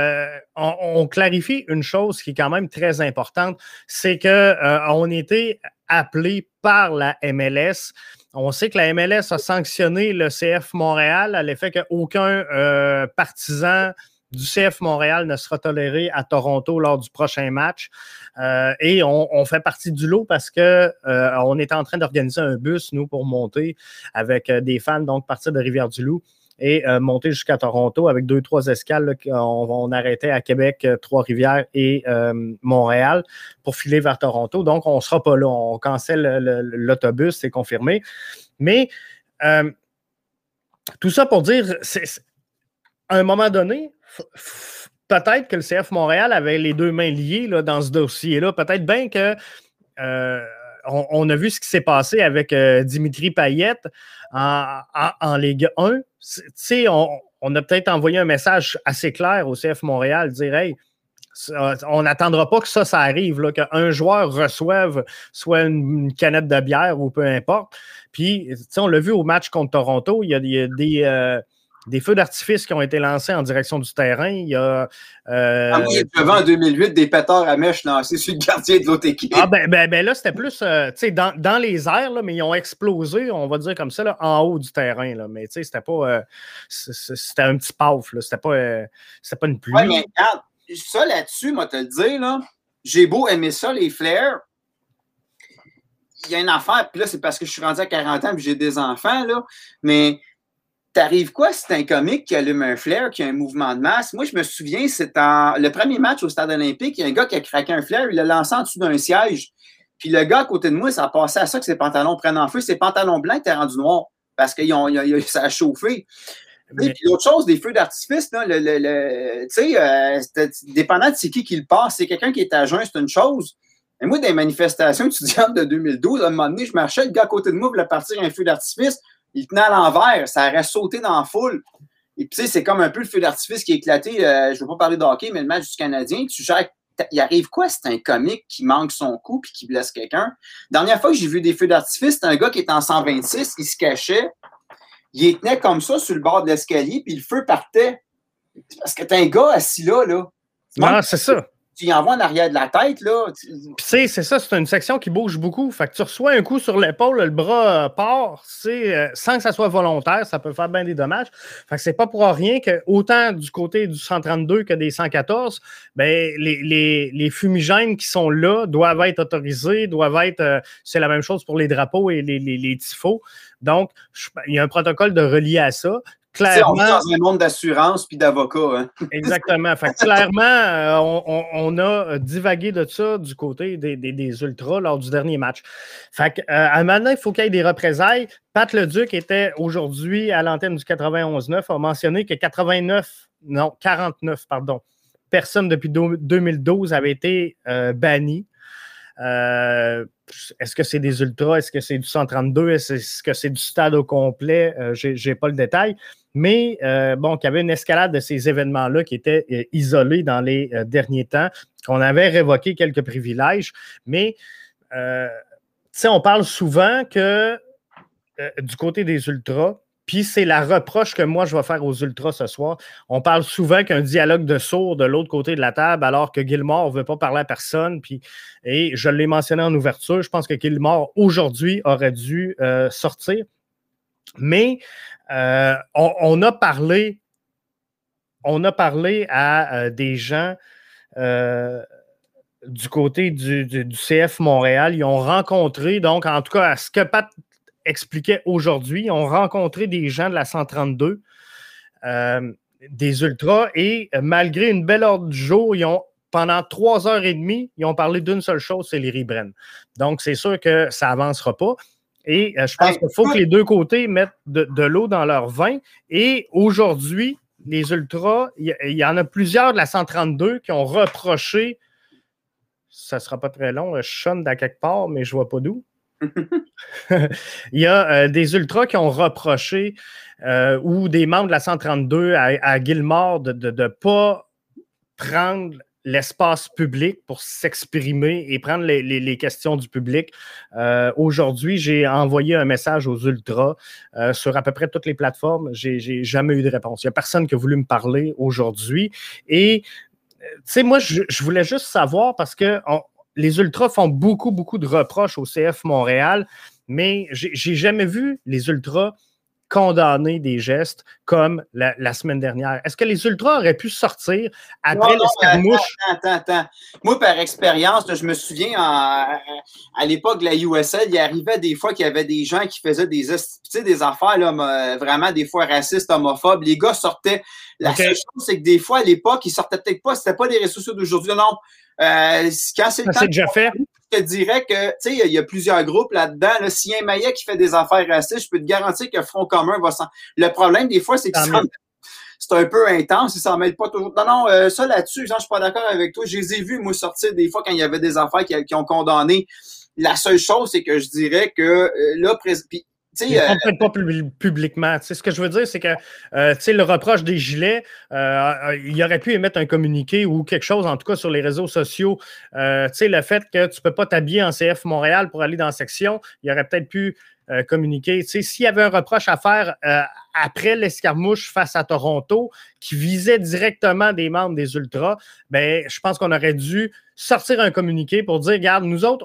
Speaker 1: clarifie une chose qui est quand même très importante, c'est qu'on était appelé par la MLS. On sait que la MLS a sanctionné le CF Montréal à l'effet qu'aucun partisan du CF Montréal ne sera toléré à Toronto lors du prochain match. Et on fait partie du lot parce qu'on est en train d'organiser un bus, nous, pour monter avec des fans, donc partir de Rivière-du-Loup et monter jusqu'à Toronto avec 2-3 escales. Là, on arrêtait à Québec, Trois-Rivières et Montréal pour filer vers Toronto. Donc, on ne sera pas là. On cancelle l'autobus, c'est confirmé. Mais tout ça pour dire, à un moment donné, peut-être que le CF Montréal avait les deux mains liées là, dans ce dossier-là. Peut-être bien que on a vu ce qui s'est passé avec Dimitri Payet en Ligue 1. On a peut-être envoyé un message assez clair au CF Montréal, dire « Hey, on n'attendra pas que ça arrive, là, qu'un joueur reçoive soit une canette de bière ou peu importe. » Puis, on l'a vu au match contre Toronto, il y a des feux d'artifice qui ont été lancés en direction du terrain. Il y a.
Speaker 2: Oui, en 2008, des pétards à mèche lancés sur le gardien de l'autre équipe.
Speaker 1: Ah, ben là, c'était plus dans les airs, là, mais ils ont explosé, on va dire comme ça, là, en haut du terrain. Là. Mais c'était pas. C'était un petit paf, là. C'était pas une pluie.
Speaker 2: Oui, mais regarde, ça là-dessus, moi, te le dire, là, j'ai beau aimer ça, les flares. Il y a une affaire, puis là, c'est parce que je suis rendu à 40 ans et j'ai des enfants, là, mais. T'arrives quoi si c'est un comique qui allume un flare, qui a un mouvement de masse? Moi, je me souviens, c'est le premier match au Stade olympique, il y a un gars qui a craqué un flare, il l'a lancé en dessous d'un siège. Puis le gars à côté de moi, ça a passé à ça que ses pantalons prennent en feu. Ses pantalons blancs étaient rendus noirs parce que ça a chauffé. Mais... Puis l'autre chose, des feux d'artifice, là, tu sais, dépendant de c'est qui le passe, c'est quelqu'un qui est à jeun, c'est une chose. Mais moi, des manifestations étudiantes de 2012, à un moment donné, je marchais, le gars à côté de moi voulait partir un feu d'artifice. Il tenait à l'envers, ça aurait sauté dans la foule. Et puis, tu sais, c'est comme un peu le feu d'artifice qui est éclaté. Je ne veux pas parler de hockey, mais le match du Canadien, il arrive quoi? C'est un comique qui manque son coup puis qui blesse quelqu'un. Dernière fois que j'ai vu des feux d'artifice, c'était un gars qui était en 126, il se cachait. il les tenait comme ça sur le bord de l'escalier, puis le feu partait. C'est parce que t'as un gars assis là.
Speaker 1: Non, c'est ça.
Speaker 2: Tu y envoies en arrière de la tête, là.
Speaker 1: C'est ça, c'est une section qui bouge beaucoup. Fait que tu reçois un coup sur l'épaule, le bras part, sans que ça soit volontaire, ça peut faire bien des dommages. Fait que c'est pas pour rien que, autant du côté du 132 que des 114, ben, les fumigènes qui sont là doivent être autorisés, c'est la même chose pour les drapeaux et les tifos. Donc, il y a un protocole de relier à ça.
Speaker 2: Clairement, on vit dans un monde d'assurance puis d'avocats. Hein?
Speaker 1: Exactement. Fait que clairement, on a divagué de ça du côté des Ultras lors du dernier match. Fait que, à maintenant, il faut qu'il y ait des représailles. Pat Leduc était aujourd'hui à l'antenne du 91.9, a mentionné que 49 personnes depuis 2012 avaient été bannies. Est-ce que c'est des Ultras? Est-ce que c'est du 132? Est-ce que c'est du stade au complet? Je n'ai pas le détail. Mais qu'il y avait une escalade de ces événements-là qui étaient isolés dans les derniers temps, qu'on avait révoqué quelques privilèges. Mais, on parle souvent que du côté des Ultras, puis c'est la reproche que moi je vais faire aux Ultras ce soir. On parle souvent qu'un dialogue de sourds de l'autre côté de la table, alors que Gilmore ne veut pas parler à personne. Et je l'ai mentionné en ouverture, je pense que Gilmore aujourd'hui aurait dû sortir. Mais on a parlé à des gens du côté du CF Montréal. Ils ont rencontré, donc en tout cas, à ce que Pat expliquait aujourd'hui, ils ont rencontré des gens de la 132, des Ultras, et malgré une belle ordre du jour, pendant 3h30, ils ont parlé d'une seule chose, c'est les Ribren. Donc, c'est sûr que ça n'avancera pas. Et je pense qu'il faut que les deux côtés mettent de l'eau dans leur vin. Et aujourd'hui, les Ultras, il y en a plusieurs de la 132 qui ont reproché, ça ne sera pas très long, je sonne d'à quelque part, mais je ne vois pas d'où. Il y a des Ultras qui ont reproché ou des membres de la 132 à Gilmore de ne pas prendre l'espace public pour s'exprimer et prendre les questions du public. Aujourd'hui, j'ai envoyé un message aux Ultras sur à peu près toutes les plateformes. J'ai jamais eu de réponse. Il n'y a personne qui a voulu me parler aujourd'hui. Et, tu sais, moi, je voulais juste savoir parce que les Ultras font beaucoup, beaucoup de reproches au CF Montréal, mais j'ai jamais vu les Ultras condamner des gestes comme la semaine dernière. Est-ce que les Ultras auraient pu sortir après l'escarmouche?
Speaker 2: Attends. Moi, par expérience, je me souviens, à l'époque de la USL, il arrivait des fois qu'il y avait des gens qui faisaient des affaires là, vraiment des fois racistes, homophobes. Les gars sortaient. La seule chose, c'est que des fois, à l'époque, ils sortaient peut-être pas. C'était pas les réseaux sociaux d'aujourd'hui. Non. Quand c'est le temps,
Speaker 1: c'est déjà fait.
Speaker 2: Je te dirais que, tu sais, il y a plusieurs groupes là-dedans. Là, s'il y a un Maillet qui fait des affaires racistes, je peux te garantir que Front commun va s'en... Le problème, des fois, c'est que c'est un peu intense. Ils s'en mêlent pas toujours. Non, ça là-dessus, je suis pas d'accord avec toi. Je les ai vus, moi, sortir des fois quand il y avait des affaires qui ont condamné. La seule chose, c'est que je dirais que là,
Speaker 1: ils ne peut-être pas publiquement. T'sais, ce que je veux dire, c'est que le reproche des gilets, il aurait pu émettre un communiqué ou quelque chose, en tout cas sur les réseaux sociaux. Le fait que tu ne peux pas t'habiller en CF Montréal pour aller dans la section, il aurait peut-être pu communiquer. S'il y avait un reproche à faire après l'escarmouche face à Toronto qui visait directement des membres des Ultras, ben, je pense qu'on aurait dû sortir un communiqué pour dire, regarde, nous autres,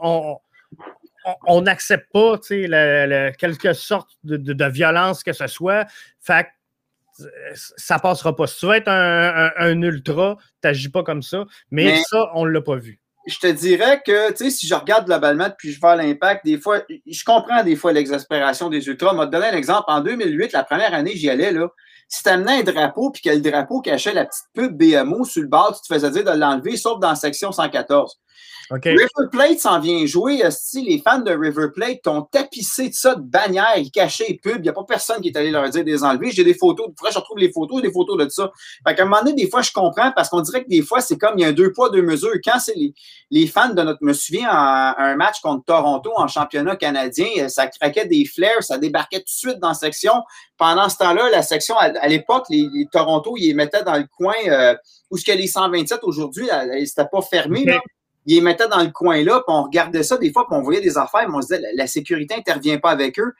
Speaker 1: on n'accepte pas quelque sorte de violence que ce soit. Fait que ça passera pas. Si tu veux être un ultra, tu n'agis pas comme ça. Mais ça, on ne l'a pas vu.
Speaker 2: Je te dirais que, tu sais, si je regarde globalement depuis je vais à l'Impact, des fois, je comprends des fois l'exaspération des ultras. Je vais te donner un exemple. En 2008, la première année, j'y allais, là. Si tu amenais un drapeau puis que le drapeau cachait la petite pub BMO sur le bord, tu te faisais dire de l'enlever, sauf dans la section 114. Okay. River Plate s'en vient jouer. Les fans de River Plate t'ont tapissé de ça de bannières, ils cachaient les pubs. Il n'y a pas personne qui est allé leur dire de les enlever. J'ai des photos. Je retrouve les photos de ça. Fait qu'à un moment donné, des fois, je comprends parce qu'on dirait que des fois, c'est comme il y a un 2 poids, 2 mesures. Quand c'est les fans de notre... Je me souviens, un match contre Toronto en championnat canadien, ça craquait des flares, ça débarquait tout de suite dans la section. Pendant ce temps-là, la section, à l'époque, les Toronto, ils les mettaient dans le coin où ce que les 127 aujourd'hui, c'était pas fermé, là. Ils les mettaient dans le coin là, puis on regardait ça des fois, puis on voyait des affaires, mais on se disait, la sécurité n'intervient pas avec eux.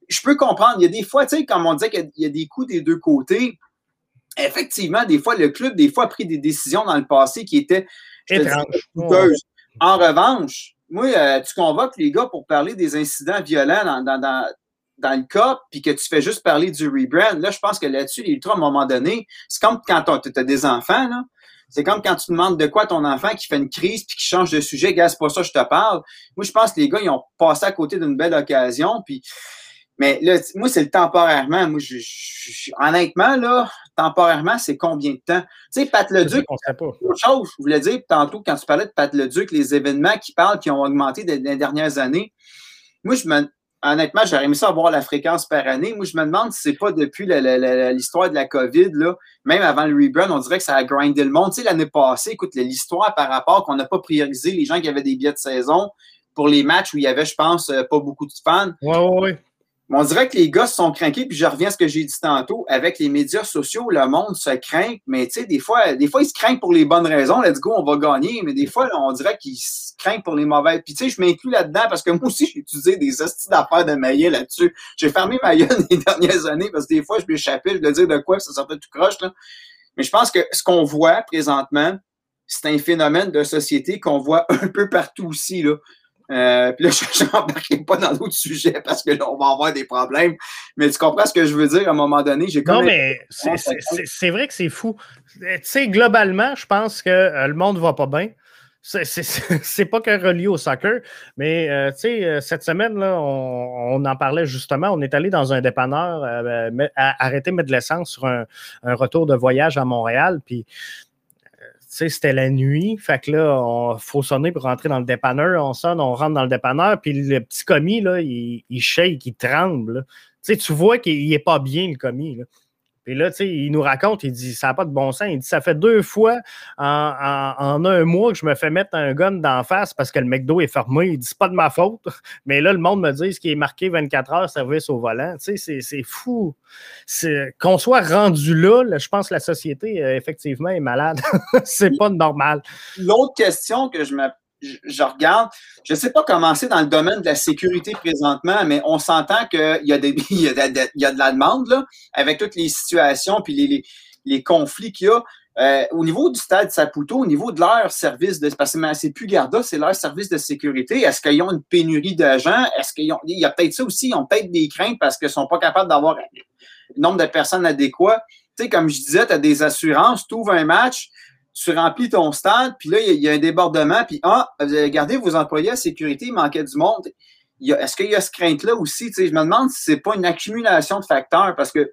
Speaker 2: je peux comprendre. Il y a des fois, tu sais, comme on disait qu'il y a des coups des deux côtés, effectivement, des fois, le club, a pris des décisions dans le passé qui étaient, coûteuses. En revanche, moi, tu convoques les gars pour parler des incidents violents dans le cas, puis que tu fais juste parler du rebrand. Là, je pense que là-dessus, les Ultras, à un moment donné, c'est comme quand tu as des enfants, là. C'est comme quand tu demandes de quoi à ton enfant qui fait une crise puis qui change de sujet. Gars, c'est pas ça que je te parle. Moi, je pense que les gars, ils ont passé à côté d'une belle occasion. Puis, mais là, moi, c'est le temporairement. Moi, honnêtement, là, temporairement, c'est combien de temps? Tu sais, Pat Leduc, autre chose, je voulais dire tantôt, quand tu parlais de Pat Leduc, les événements qui ont augmenté dans les dernières années. Moi, honnêtement, j'aurais aimé ça avoir la fréquence par année. Moi, je me demande si c'est pas depuis l'histoire de la COVID, là, même avant le rebrand, on dirait que ça a grindé le monde. Tu sais, l'année passée, écoute, l'histoire par rapport qu'on n'a pas priorisé les gens qui avaient des billets de saison pour les matchs où il y avait, je pense, pas beaucoup de fans.
Speaker 1: Oui.
Speaker 2: Mais on dirait que les gars se sont craqués, puis je reviens à ce que j'ai dit tantôt, avec les médias sociaux, le monde se craint, mais tu sais, des fois, ils se craignent pour les bonnes raisons, let's go, on va gagner, mais des fois, là, on dirait qu'ils se craignent pour les mauvaises. Puis tu sais, je m'inclus là-dedans parce que moi aussi, j'ai utilisé des hosties d'affaires de maillet là-dessus. J'ai fermé ma gueule les dernières années parce que des fois, je m'échappais, je voulais dire de quoi, ça sortait tout croche, là. Mais je pense que ce qu'on voit présentement, c'est un phénomène de société qu'on voit un peu partout aussi, là. Puis là, je n'embarquerai pas dans d'autres sujets parce que là, on va avoir des problèmes. Mais tu comprends ce que je veux dire à un moment donné?
Speaker 1: Non, mais c'est vrai que c'est fou. Tu sais, globalement, je pense que le monde ne va pas bien. C'est pas que relié au soccer, mais tu sais, cette semaine, là, on en parlait justement. On est allé dans un dépanneur arrêter de mettre de l'essence sur un retour de voyage à Montréal. Puis tu sais, c'était la nuit, fait que là, il faut sonner pour rentrer dans le dépanneur. On sonne, on rentre dans le dépanneur, puis le petit commis, là, il shake, il tremble. Tu sais, tu vois qu'il n'est pas bien, le commis. Là. Puis là, tu sais, il nous raconte, il dit, ça n'a pas de bon sens. Il dit, ça fait 2 fois en un mois que je me fais mettre un gun d'en face parce que le McDo est fermé. Il dit, c'est pas de ma faute. Mais là, le monde me dit, ce qui est marqué 24 heures service au volant. Tu sais, c'est fou. Qu'on soit rendu là, je pense que la société, effectivement, est malade. C'est pas normal.
Speaker 2: L'autre question que je regarde, je ne sais pas comment c'est dans le domaine de la sécurité présentement, mais on s'entend qu'il y a de la demande là, avec toutes les situations puis les conflits qu'il y a. Au niveau du stade Saputo, au niveau de leur service parce que c'est plus Garda, c'est leur service de sécurité. Est-ce qu'ils ont une pénurie d'agents? Il y a peut-être ça aussi, ils ont peut-être des craintes parce qu'ils ne sont pas capables d'avoir le nombre de personnes adéquats. Tu sais, comme je disais, tu as des assurances, tu ouvres un match, tu remplis ton stade, puis là, il y a un débordement, puis vous avez gardé vos employés à sécurité, il manquait du monde. Est-ce qu'il y a ce crainte-là aussi? Tu sais, je me demande si c'est pas une accumulation de facteurs, parce que,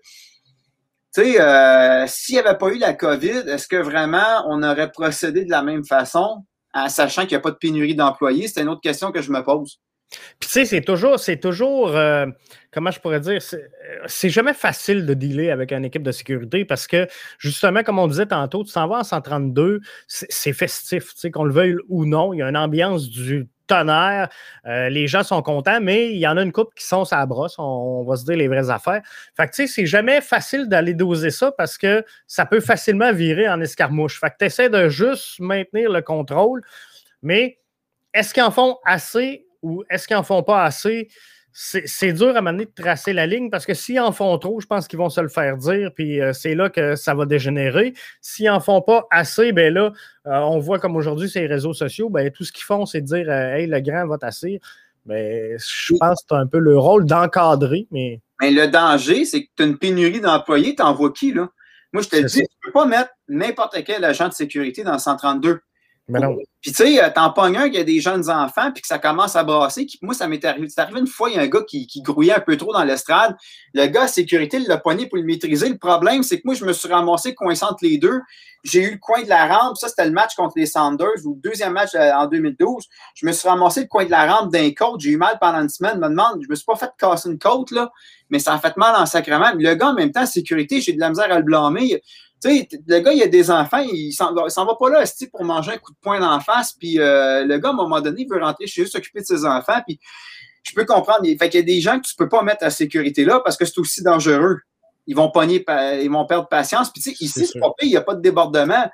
Speaker 2: tu sais, s'il n'y avait pas eu la COVID, est-ce que vraiment on aurait procédé de la même façon, en sachant qu'il n'y a pas de pénurie d'employés? C'est une autre question que je me pose.
Speaker 1: Puis tu sais, c'est toujours comment je pourrais dire, c'est jamais facile de dealer avec une équipe de sécurité parce que, justement, comme on disait tantôt, tu s'en vas en 132, c'est festif, tu sais, qu'on le veuille ou non, il y a une ambiance du tonnerre, les gens sont contents, mais il y en a une couple qui sont à la brosse, on va se dire les vraies affaires. Fait que tu sais, c'est jamais facile d'aller doser ça parce que ça peut facilement virer en escarmouche. Fait que tu essaies de juste maintenir le contrôle, mais est-ce qu'ils en font assez ou est-ce qu'ils n'en font pas assez? C'est dur à un moment donné de tracer la ligne parce que s'ils en font trop, je pense qu'ils vont se le faire dire, puis c'est là que ça va dégénérer. S'ils n'en font pas assez, bien là, on voit comme aujourd'hui sur les réseaux sociaux, bien, tout ce qu'ils font, c'est de dire hey, le grand va t'asseoir. Mais je pense que c'est un peu le rôle d'encadrer. Mais
Speaker 2: le danger, c'est que tu as une pénurie d'employés, tu envoies qui, là? Moi, je te dis, tu ne peux pas mettre n'importe quel agent de sécurité dans 132.
Speaker 1: Mais non.
Speaker 2: Puis tu sais, t'en pognes un qui a des jeunes enfants puis que ça commence à brasser. Moi, ça m'est arrivé. C'est arrivé une fois, il y a un gars qui grouillait un peu trop dans l'estrade. Le gars à sécurité, il l'a pogné pour le maîtriser. Le problème, c'est que moi, je me suis ramassé coincé entre les deux. J'ai eu le coin de la rampe. Ça, c'était le match contre les Sounders ou le deuxième match en 2012. Je me suis ramassé le coin de la rampe d'un côte. J'ai eu mal pendant une semaine. Je me suis pas fait casser une côte, là, mais ça a fait mal en sacrement. Le gars, en même temps, sécurité, j'ai de la misère à le blâmer. Tu sais, le gars, il a des enfants, il s'en va pas là pour manger un coup de poing d'en face, puis le gars, à un moment donné, il veut rentrer chez eux, s'occuper de ses enfants, puis je peux comprendre. Fait qu'il y a des gens que tu peux pas mettre à sécurité là parce que c'est aussi dangereux. Ils vont perdre patience. Puis tu sais, ici, c'est pas pire, il n'y a pas de débordement.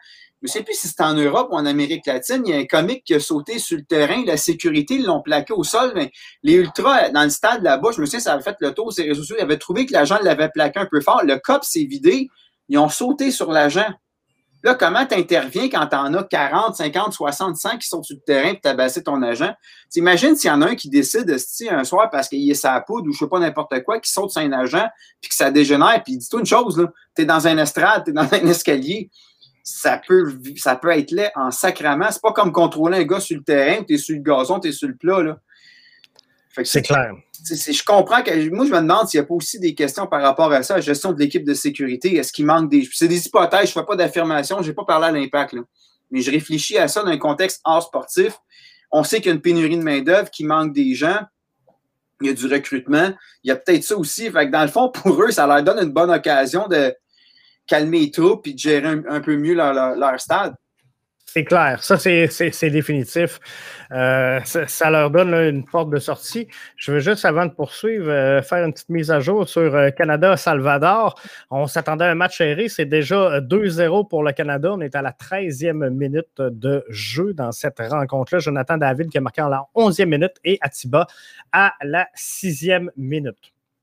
Speaker 2: je ne sais plus si c'était en Europe ou en Amérique latine, il y a un comique qui a sauté sur le terrain, la sécurité, ils l'ont plaqué au sol, mais les ultras, dans le stade là-bas, je me souviens, ça avait fait le tour sur les réseaux sociaux, ils avaient trouvé que l'agent l'avait plaqué un peu fort, le cop s'est vidé, ils ont sauté sur l'agent. Là, comment tu interviens quand tu en as 40, 50, 60, 100 qui sont sur le terrain et t'abaisser ton agent? T'imagines s'il y en a un qui décide un soir parce qu'il est sa poudre ou je sais pas n'importe quoi, qui saute sur un agent puis que ça dégénère, puis dis-toi une chose, là, t'es dans un estrade, t'es dans un escalier, ça peut être laid en sacrament. C'est pas comme contrôler un gars sur le terrain, t'es sur le gazon, t'es sur le plat, là.
Speaker 1: Fait que c'est clair.
Speaker 2: Je comprends que moi, je me demande s'il n'y a pas aussi des questions par rapport à ça, la gestion de l'équipe de sécurité. Est-ce qu'il manque des. C'est des hypothèses, je ne fais pas d'affirmation, je n'ai pas parlé à l'impact, là. Mais je réfléchis à ça dans un contexte hors sportif. On sait qu'il y a une pénurie de main-d'œuvre, qu'il manque des gens, il y a du recrutement. Il y a peut-être ça aussi. Fait que dans le fond, pour eux, ça leur donne une bonne occasion de calmer les troupes et de gérer un peu mieux leur stade.
Speaker 1: C'est clair, ça c'est définitif. Ça leur donne là, une porte de sortie. Je veux juste, avant de poursuivre, faire une petite mise à jour sur Canada-Salvador. On s'attendait à un match serré, c'est déjà 2-0 pour le Canada. On est à la 13e minute de jeu dans cette rencontre-là. Jonathan David qui a marqué en la 11e minute et Atiba à la 6e minute.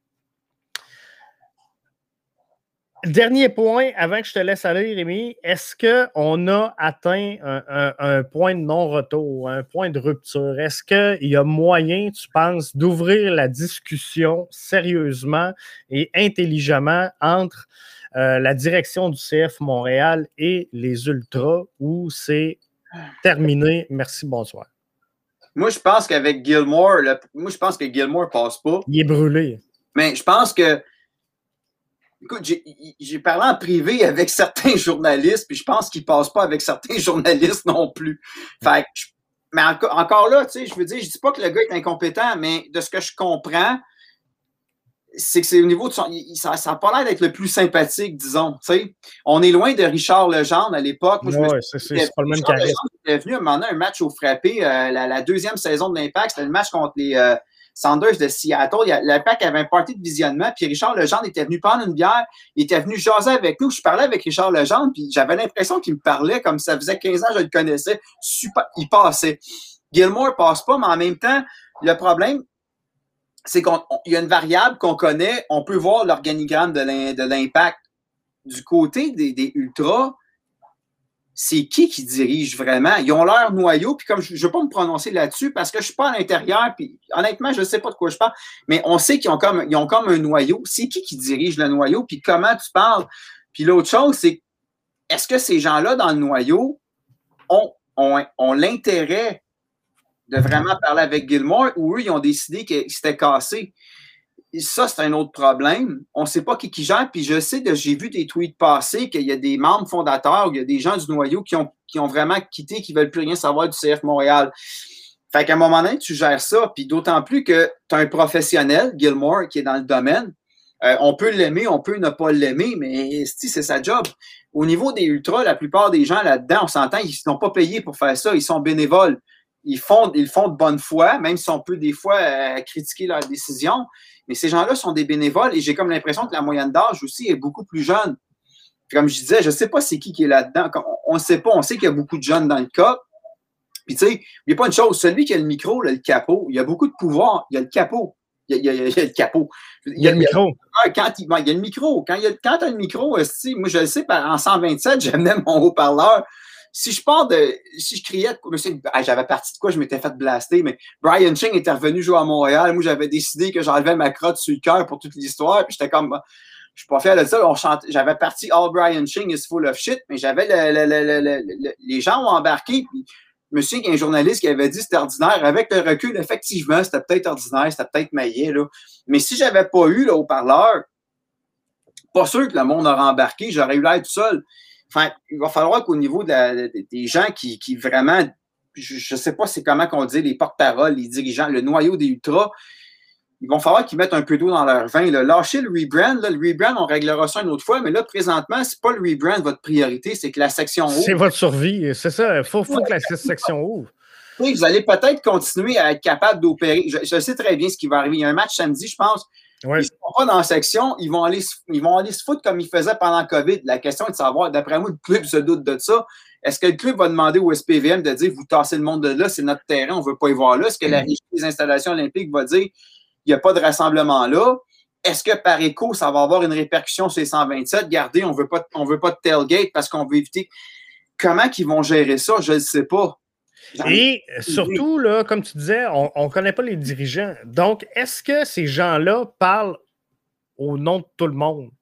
Speaker 1: Dernier point, avant que je te laisse aller, Rémi, est-ce qu'on a atteint un point de non-retour, un point de rupture? Est-ce qu'il y a moyen, tu penses, d'ouvrir la discussion sérieusement et intelligemment entre la direction du CF Montréal et les Ultras, ou c'est terminé, merci, bonsoir?
Speaker 2: Moi, je pense qu'avec Gilmour, Gilmour passe pas.
Speaker 1: Il est brûlé.
Speaker 2: Mais je pense que écoute, j'ai parlé en privé avec certains journalistes, puis je pense qu'ils ne passent pas avec certains journalistes non plus. Fait que, mais encore là, tu sais, je veux dire, je dis pas que le gars est incompétent, mais de ce que je comprends, c'est que c'est au niveau de son. Ça n'a pas l'air d'être le plus sympathique, disons. Tu sais. On est loin de Richard Legendre à l'époque.
Speaker 1: Oui, c'est pas le même charisme.
Speaker 2: Il est venu à un moment donné, un match au frappé, la deuxième saison de l'Impact, c'était le match contre les Sanders de Seattle. L'Impact avait un party de visionnement, puis Richard Legendre était venu prendre une bière, il était venu jaser avec nous. Je parlais avec Richard Legendre, puis j'avais l'impression qu'il me parlait comme ça faisait 15 ans que je le connaissais. Super, il passait. Gilmour passe pas, mais en même temps, le problème, c'est qu'il y a une variable qu'on connaît, on peut voir l'organigramme de l'Impact. Du côté des Ultras, c'est qui dirige vraiment? Ils ont leur noyau, puis comme je ne veux pas me prononcer là-dessus parce que je ne suis pas à l'intérieur, puis honnêtement, je ne sais pas de quoi je parle, mais on sait qu'ils ont comme un noyau. C'est qui dirige le noyau, puis comment tu parles? Puis l'autre chose, c'est est-ce que ces gens-là dans le noyau ont l'intérêt de vraiment parler avec Gilmour, ou eux, ils ont décidé que c'était cassé? Et ça, c'est un autre problème. On ne sait pas qui gère. Puis je sais, j'ai vu des tweets passer qu'il y a des membres fondateurs, il y a des gens du noyau qui ont vraiment quitté, qui ne veulent plus rien savoir du CF Montréal. Fait qu'à un moment donné, tu gères ça. Puis d'autant plus que tu as un professionnel, Gilmour, qui est dans le domaine. On peut l'aimer, on peut ne pas l'aimer, mais c'est sa job. Au niveau des ultras, la plupart des gens là-dedans, on s'entend, ils ne sont pas payés pour faire ça. Ils sont bénévoles. Ils font de bonne foi, même si on peut des fois critiquer leurs décisions. Mais ces gens-là sont des bénévoles et j'ai comme l'impression que la moyenne d'âge aussi est beaucoup plus jeune. Comme je disais, je ne sais pas c'est qui est là-dedans. On ne sait pas. On sait qu'il y a beaucoup de jeunes dans le cas. Puis tu sais, il n'y a pas une chose. Celui qui a le micro, là, le capot, il y a beaucoup de pouvoir. Il y a le capot. Il y a le capot.
Speaker 1: Il y a le micro.
Speaker 2: Il y a le micro. Quand tu as le micro, moi je le sais, en 127, j'amenais mon haut-parleur. Si je criais, j'avais parti de quoi, je m'étais fait blaster, mais Brian Ching était revenu jouer à Montréal. Moi, j'avais décidé que j'enlevais ma crotte sur le cœur pour toute l'histoire. Puis j'étais comme, je suis pas fier de ça. J'avais parti All Brian Ching is full of shit, mais j'avais les gens ont embarqué. Puis je me souviens qu'il y a un journaliste qui avait dit c'était ordinaire. Avec le recul, effectivement, c'était peut-être ordinaire, c'était peut-être maillet, là. Mais si j'avais pas eu le haut-parleur, pas sûr que le monde aurait embarqué, j'aurais eu l'air tout seul. Enfin, il va falloir qu'au niveau des gens qui vraiment, je ne sais pas c'est comment qu'on dit, les porte-paroles, les dirigeants, le noyau des ultras, il va falloir qu'ils mettent un peu d'eau dans leur vin. Là. Lâchez le rebrand. Là, le rebrand, on réglera ça une autre fois, mais là, présentement, c'est pas le rebrand votre priorité, c'est que la section ouvre.
Speaker 1: C'est votre survie, c'est ça. Il faut que la section ouvre.
Speaker 2: Oui, vous allez peut-être continuer à être capable d'opérer. Je sais très bien ce qui va arriver. Il y a un match samedi, je pense. Ouais. Ils ne sont pas dans la section, ils vont aller se foutre comme ils faisaient pendant le COVID. La question est de savoir, d'après moi, le club se doute de ça. Est-ce que le club va demander au SPVM de dire, vous tassez le monde de là, c'est notre terrain, on ne veut pas y voir là? Est-ce que la régie des installations olympiques va dire, il n'y a pas de rassemblement là? Est-ce que par écho, ça va avoir une répercussion sur les 127? Regardez, on veut pas de tailgate parce qu'on veut éviter. Comment ils vont gérer ça? Je ne sais pas.
Speaker 1: Et surtout, là, comme tu disais, on ne connaît pas les dirigeants. Donc, est-ce que ces gens-là parlent au nom de tout le monde?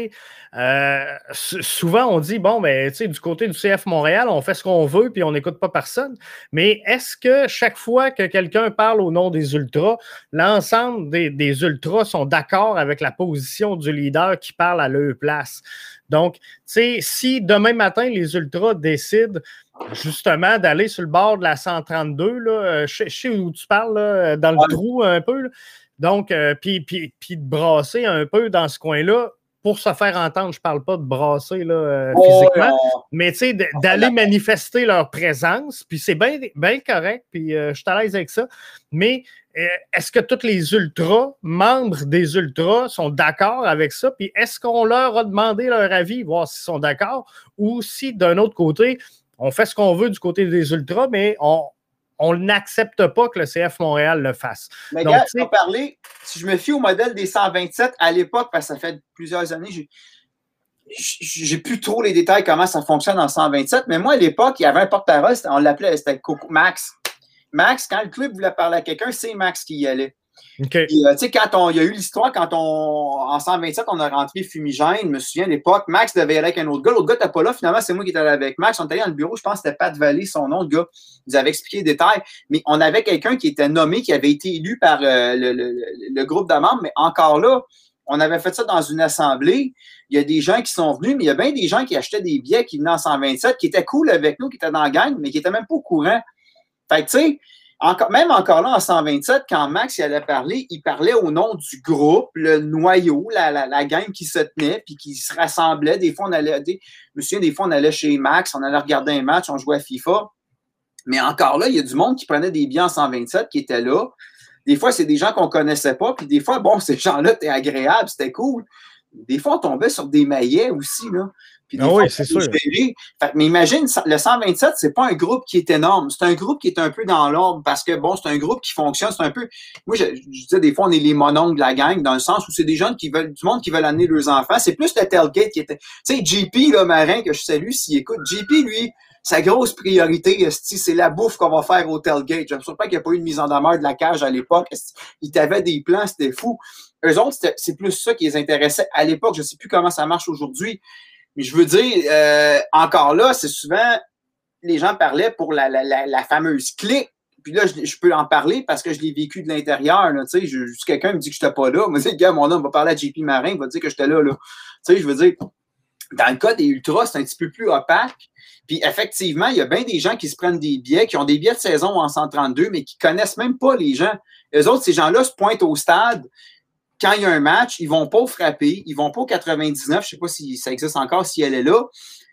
Speaker 1: Souvent, on dit, bon, ben, du côté du CF Montréal, on fait ce qu'on veut puis on n'écoute pas personne. Mais est-ce que chaque fois que quelqu'un parle au nom des Ultras, l'ensemble des Ultras sont d'accord avec la position du leader qui parle à leur place? Donc, si demain matin, les Ultras décident justement d'aller sur le bord de la 132, là, je sais où tu parles, là, dans le trou un peu, là. Donc, puis de brasser un peu dans ce coin-là, pour se faire entendre, je ne parle pas de brasser là, physiquement, mais d'aller manifester leur présence, puis c'est bien correct, puis je suis à l'aise avec ça, mais est-ce que tous les ultras, membres des ultras, sont d'accord avec ça, puis est-ce qu'on leur a demandé leur avis, voir s'ils sont d'accord, ou si d'un autre côté, on fait ce qu'on veut du côté des ultras, mais on n'accepte pas que le CF Montréal le fasse.
Speaker 2: Mais donc, gars, on parler, si je me fie au modèle des 127 à l'époque, parce que ça fait plusieurs années, j'ai plus trop les détails comment ça fonctionne en 127, mais moi, à l'époque, il y avait un porte-parole, on l'appelait, c'était Max. Max, quand le club voulait parler à quelqu'un, c'est Max qui y allait.
Speaker 1: Okay.
Speaker 2: Puis, quand il y a eu l'histoire, en 127, on a rentré Fumigène, je me souviens à l'époque, Max devait aller avec un autre gars. L'autre gars n'était pas là, finalement, c'est moi qui étais allé avec Max. On était allé dans le bureau, je pense que c'était Pat Vallée, son nom, le gars. Ils avaient expliqué les détails. Mais on avait quelqu'un qui était nommé, qui avait été élu par le groupe de membres, mais encore là, on avait fait ça dans une assemblée. Il y a des gens qui sont venus, mais il y a bien des gens qui achetaient des billets qui venaient en 127, qui étaient cool avec nous, qui étaient dans la gang, mais qui n'étaient même pas au courant. Fait que, tu sais, même encore là, en 127, quand Max il allait parler, il parlait au nom du groupe, le noyau, la gang qui se tenait, puis qui se rassemblait. Des fois, des fois, on allait chez Max, on allait regarder un match, on jouait à FIFA. Mais encore là, il y a du monde qui prenait des billets en 127 qui étaient là. Des fois, c'est des gens qu'on ne connaissait pas, puis des fois, bon, ces gens-là étaient agréables, c'était cool. Des fois, on tombait sur des maillets aussi, là. Puis
Speaker 1: oui, c'est sûr.
Speaker 2: Mais imagine, le 127, c'est pas un groupe qui est énorme. C'est un groupe qui est un peu dans l'ordre parce que, bon, c'est un groupe qui fonctionne. C'est un peu. Moi, je disais, des fois, on est les mononcles de la gang dans le sens où c'est des jeunes du monde qui veulent amener leurs enfants. C'est plus le tailgate qui était. Tu sais, JP, là, Marin, que je salue s'il écoute. JP, lui, sa grosse priorité, c'est la bouffe qu'on va faire au tailgate. J'aime pas qu'il n'y a pas eu de mise en demeure de la cage à l'époque. Il t'avait des plans, c'était fou. Eux autres, c'est plus ça qui les intéressait à l'époque. Je sais plus comment ça marche aujourd'hui. Mais je veux dire, encore là, c'est souvent, les gens parlaient pour la fameuse clique. Puis là, je peux en parler parce que je l'ai vécu de l'intérieur. Tu sais, quelqu'un me dit que je n'étais pas là. Moi, je dis, gars, mon homme va parler à JP Marin, il va dire que j'étais là. Tu sais, je veux dire, dans le cas des Ultras, c'est un petit peu plus opaque. Puis effectivement, il y a bien des gens qui se prennent des billets, qui ont des billets de saison en 132, mais qui ne connaissent même pas les gens. Eux autres, ces gens-là se pointent au stade. Quand il y a un match, ils ne vont pas au frappé, ils ne vont pas au 99, je ne sais pas si ça existe encore, si elle est là.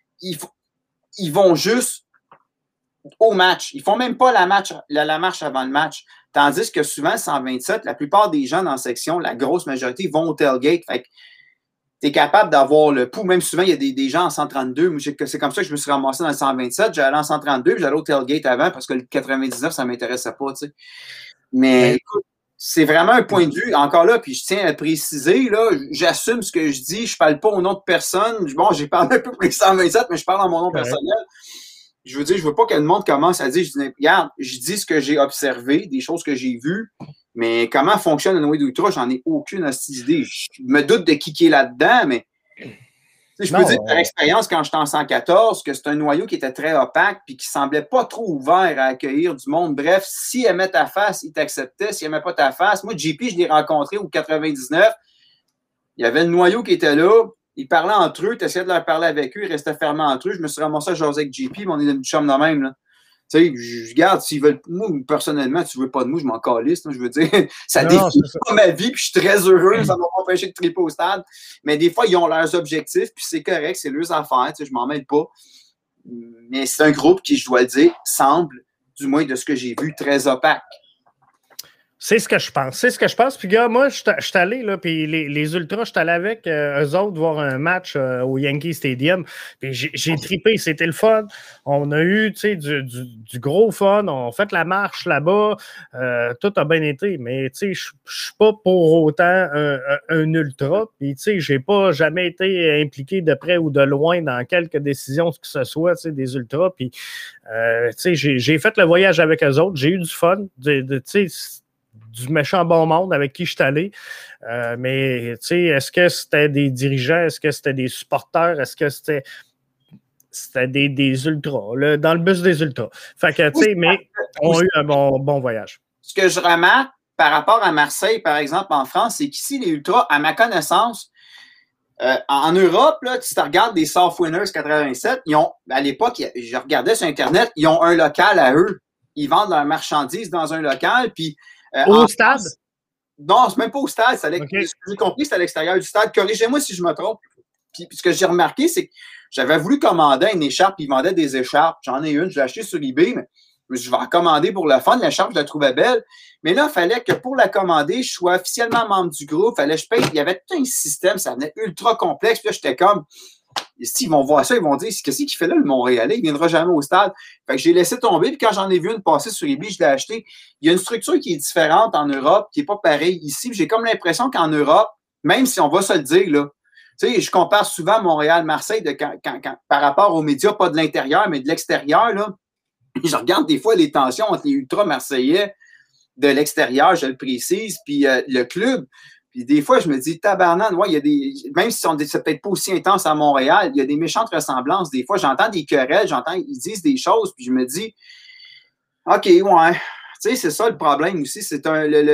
Speaker 2: Ils vont juste au match. Ils ne font même pas la marche avant le match. Tandis que souvent, 127, la plupart des gens dans la section, la grosse majorité, vont au tailgate. Fait que tu es capable d'avoir le pouls. Même souvent, il y a des gens en 132. C'est comme ça que je me suis ramassé dans le 127. J'allais en 132, puis j'allais au tailgate avant parce que le 99, ça ne m'intéressait pas. Tu sais. Mais écoute, c'est vraiment un point de vue, encore là, puis je tiens à le préciser, là, j'assume ce que je dis, je parle pas au nom de personne. Bon, j'ai parlé un peu pour les 127, mais je parle en mon nom personnel. Je veux dire, je veux pas que le monde commence à dire, regarde, je dis ce que j'ai observé, des choses que j'ai vues, mais comment fonctionne le noyau d'Ultra, j'en ai aucune idée. Je me doute de qui est là-dedans, mais je peux dire par expérience, quand j'étais en 114, que c'est un noyau qui était très opaque puis qui semblait pas trop ouvert à accueillir du monde. Bref, s'il aimait ta face, il t'acceptait. S'il aimait pas ta face, moi, JP, je l'ai rencontré au 99. Il y avait le noyau qui était là. Ils parlaient entre eux. Tu essayais de leur parler avec eux. Ils restaient fermés entre eux. Je me suis ramassé à jaser avec JP, mais on est dans une chambre de même, là. Tu sais, je garde, s'ils veulent. Moi, personnellement, tu veux pas de moi, je m'en calisse. Je veux dire, ça définit pas ma vie, puis je suis très heureux, ça m'a pas empêché de triper au stade. Mais des fois, ils ont leurs objectifs, puis c'est correct, c'est leurs affaires, tu sais, je m'en mêle pas. Mais c'est un groupe qui, je dois le dire, semble, du moins de ce que j'ai vu, très opaque.
Speaker 1: C'est ce que je pense. C'est ce que je pense. Puis, gars, moi, je suis allé, là, puis les Ultras, je suis allé avec eux autres voir un match au Yankee Stadium. Puis j'ai trippé. C'était le fun. On a eu, tu sais, du gros fun. On a fait la marche là-bas. Tout a bien été. Mais, tu sais, je suis pas pour autant un Ultra. Puis, tu sais, j'ai pas jamais été impliqué de près ou de loin dans quelques décisions que ce soit, tu sais, des Ultras. Puis, tu sais, j'ai fait le voyage avec eux autres. J'ai eu du fun. Tu sais, du méchant bon monde avec qui je suis allé. Mais, tu sais, est-ce que c'était des dirigeants? Est-ce que c'était des supporters? Est-ce que c'était des ultras, là, dans le bus des ultras? Fait que, tu sais, mais on a eu un bon voyage.
Speaker 2: Ce que je remarque par rapport à Marseille, par exemple, en France, c'est qu'ici, les ultras, à ma connaissance, en Europe, là, si tu regardes des South Winners 87, ils ont, à l'époque, je regardais sur Internet, ils ont un local à eux. Ils vendent leurs marchandises dans un local, puis
Speaker 1: au stade? France,
Speaker 2: non, c'est même pas au stade. Ce que j'ai compris, c'est à l'extérieur du stade. Corrigez-moi si je me trompe. Puis ce que j'ai remarqué, c'est que j'avais voulu commander une écharpe, puis ils vendaient des écharpes. J'en ai une, je l'ai achetée sur eBay, mais je vais en commander pour le fun. L'écharpe, je la trouvais belle. Mais là, il fallait que pour la commander, je sois officiellement membre du groupe. Il fallait que je paye. Il y avait tout un système, ça venait ultra complexe. Puis là, j'étais comme, s'ils vont voir ça, ils vont dire, qu'est-ce qu'il fait là, le Montréalais? Il ne viendra jamais au stade. Fait que j'ai laissé tomber, puis quand j'en ai vu une passer sur eBay, je l'ai acheté. Il y a une structure qui est différente en Europe, qui n'est pas pareille ici. J'ai comme l'impression qu'en Europe, même si on va se le dire, là, tu sais, je compare souvent Montréal-Marseille par rapport aux médias, pas de l'intérieur, mais de l'extérieur, là. Je regarde des fois les tensions entre les ultras marseillais de l'extérieur, je le précise, puis le club. Puis des fois, je me dis, tabarnane, ouais, il y a des. Même si c'est peut-être pas aussi intense à Montréal, il y a des méchantes ressemblances. Des fois, j'entends des querelles, ils disent des choses, puis je me dis, OK, ouais. Tu sais, c'est ça le problème aussi. C'est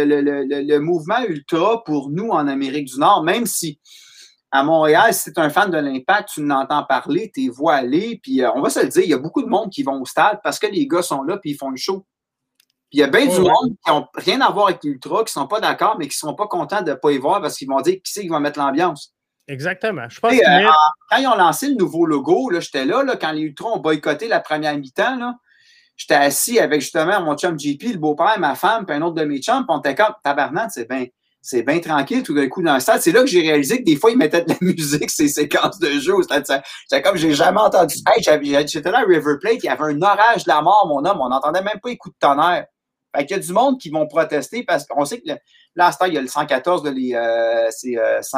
Speaker 2: le mouvement ultra pour nous en Amérique du Nord, même si à Montréal, si tu es un fan de l'Impact, tu n'entends parler, tu es vois aller, puis on va se le dire, il y a beaucoup de monde qui vont au stade parce que les gars sont là, puis ils font le show. Puis il y a bien du monde qui n'ont rien à voir avec l'Ultra, qui ne sont pas d'accord, mais qui ne sont pas contents de ne pas y voir parce qu'ils vont dire qui c'est qui va mettre l'ambiance.
Speaker 1: Exactement. Je pense
Speaker 2: quand ils ont lancé le nouveau logo, j'étais là, quand les Ultras ont boycotté la première mi-temps, j'étais assis avec justement mon chum JP, le beau-père, ma femme, puis un autre de mes chums, puis on était comme tabarnak, c'est bien tranquille tout d'un coup dans le stade. C'est là que j'ai réalisé que des fois, ils mettaient de la musique, ces séquences de jeu. C'est comme j'ai jamais entendu. Hey, j'étais là à River Plate, il y avait un orage de la mort, mon homme, on n'entendait même pas les coups de tonnerre. Fait qu'il y a du monde qui vont protester parce qu'on sait que là, à ce temps, il y a le 114, c'est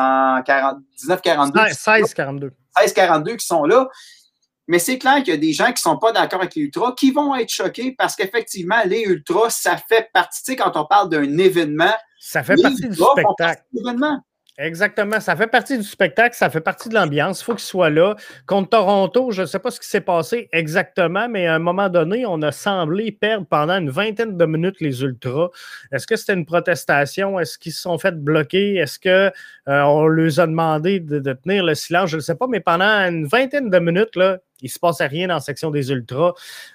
Speaker 2: 1942.
Speaker 1: 1642.
Speaker 2: 1642 qui sont là. Mais c'est clair qu'il y a des gens qui ne sont pas d'accord avec les Ultras qui vont être choqués parce qu'effectivement, les Ultras, ça fait partie, tu sais, quand on parle d'un événement,
Speaker 1: ça fait partie du spectacle. Exactement. Ça fait partie du spectacle, ça fait partie de l'ambiance. Il faut qu'il soit là. Contre Toronto, je ne sais pas ce qui s'est passé exactement, mais à un moment donné, on a semblé perdre pendant une vingtaine de minutes les Ultras. Est-ce que c'était une protestation? Est-ce qu'ils se sont fait bloquer? Est-ce qu'on leur a demandé de tenir le silence? Je ne sais pas, mais pendant une vingtaine de minutes, là, il ne se passait rien dans la section des Ultras.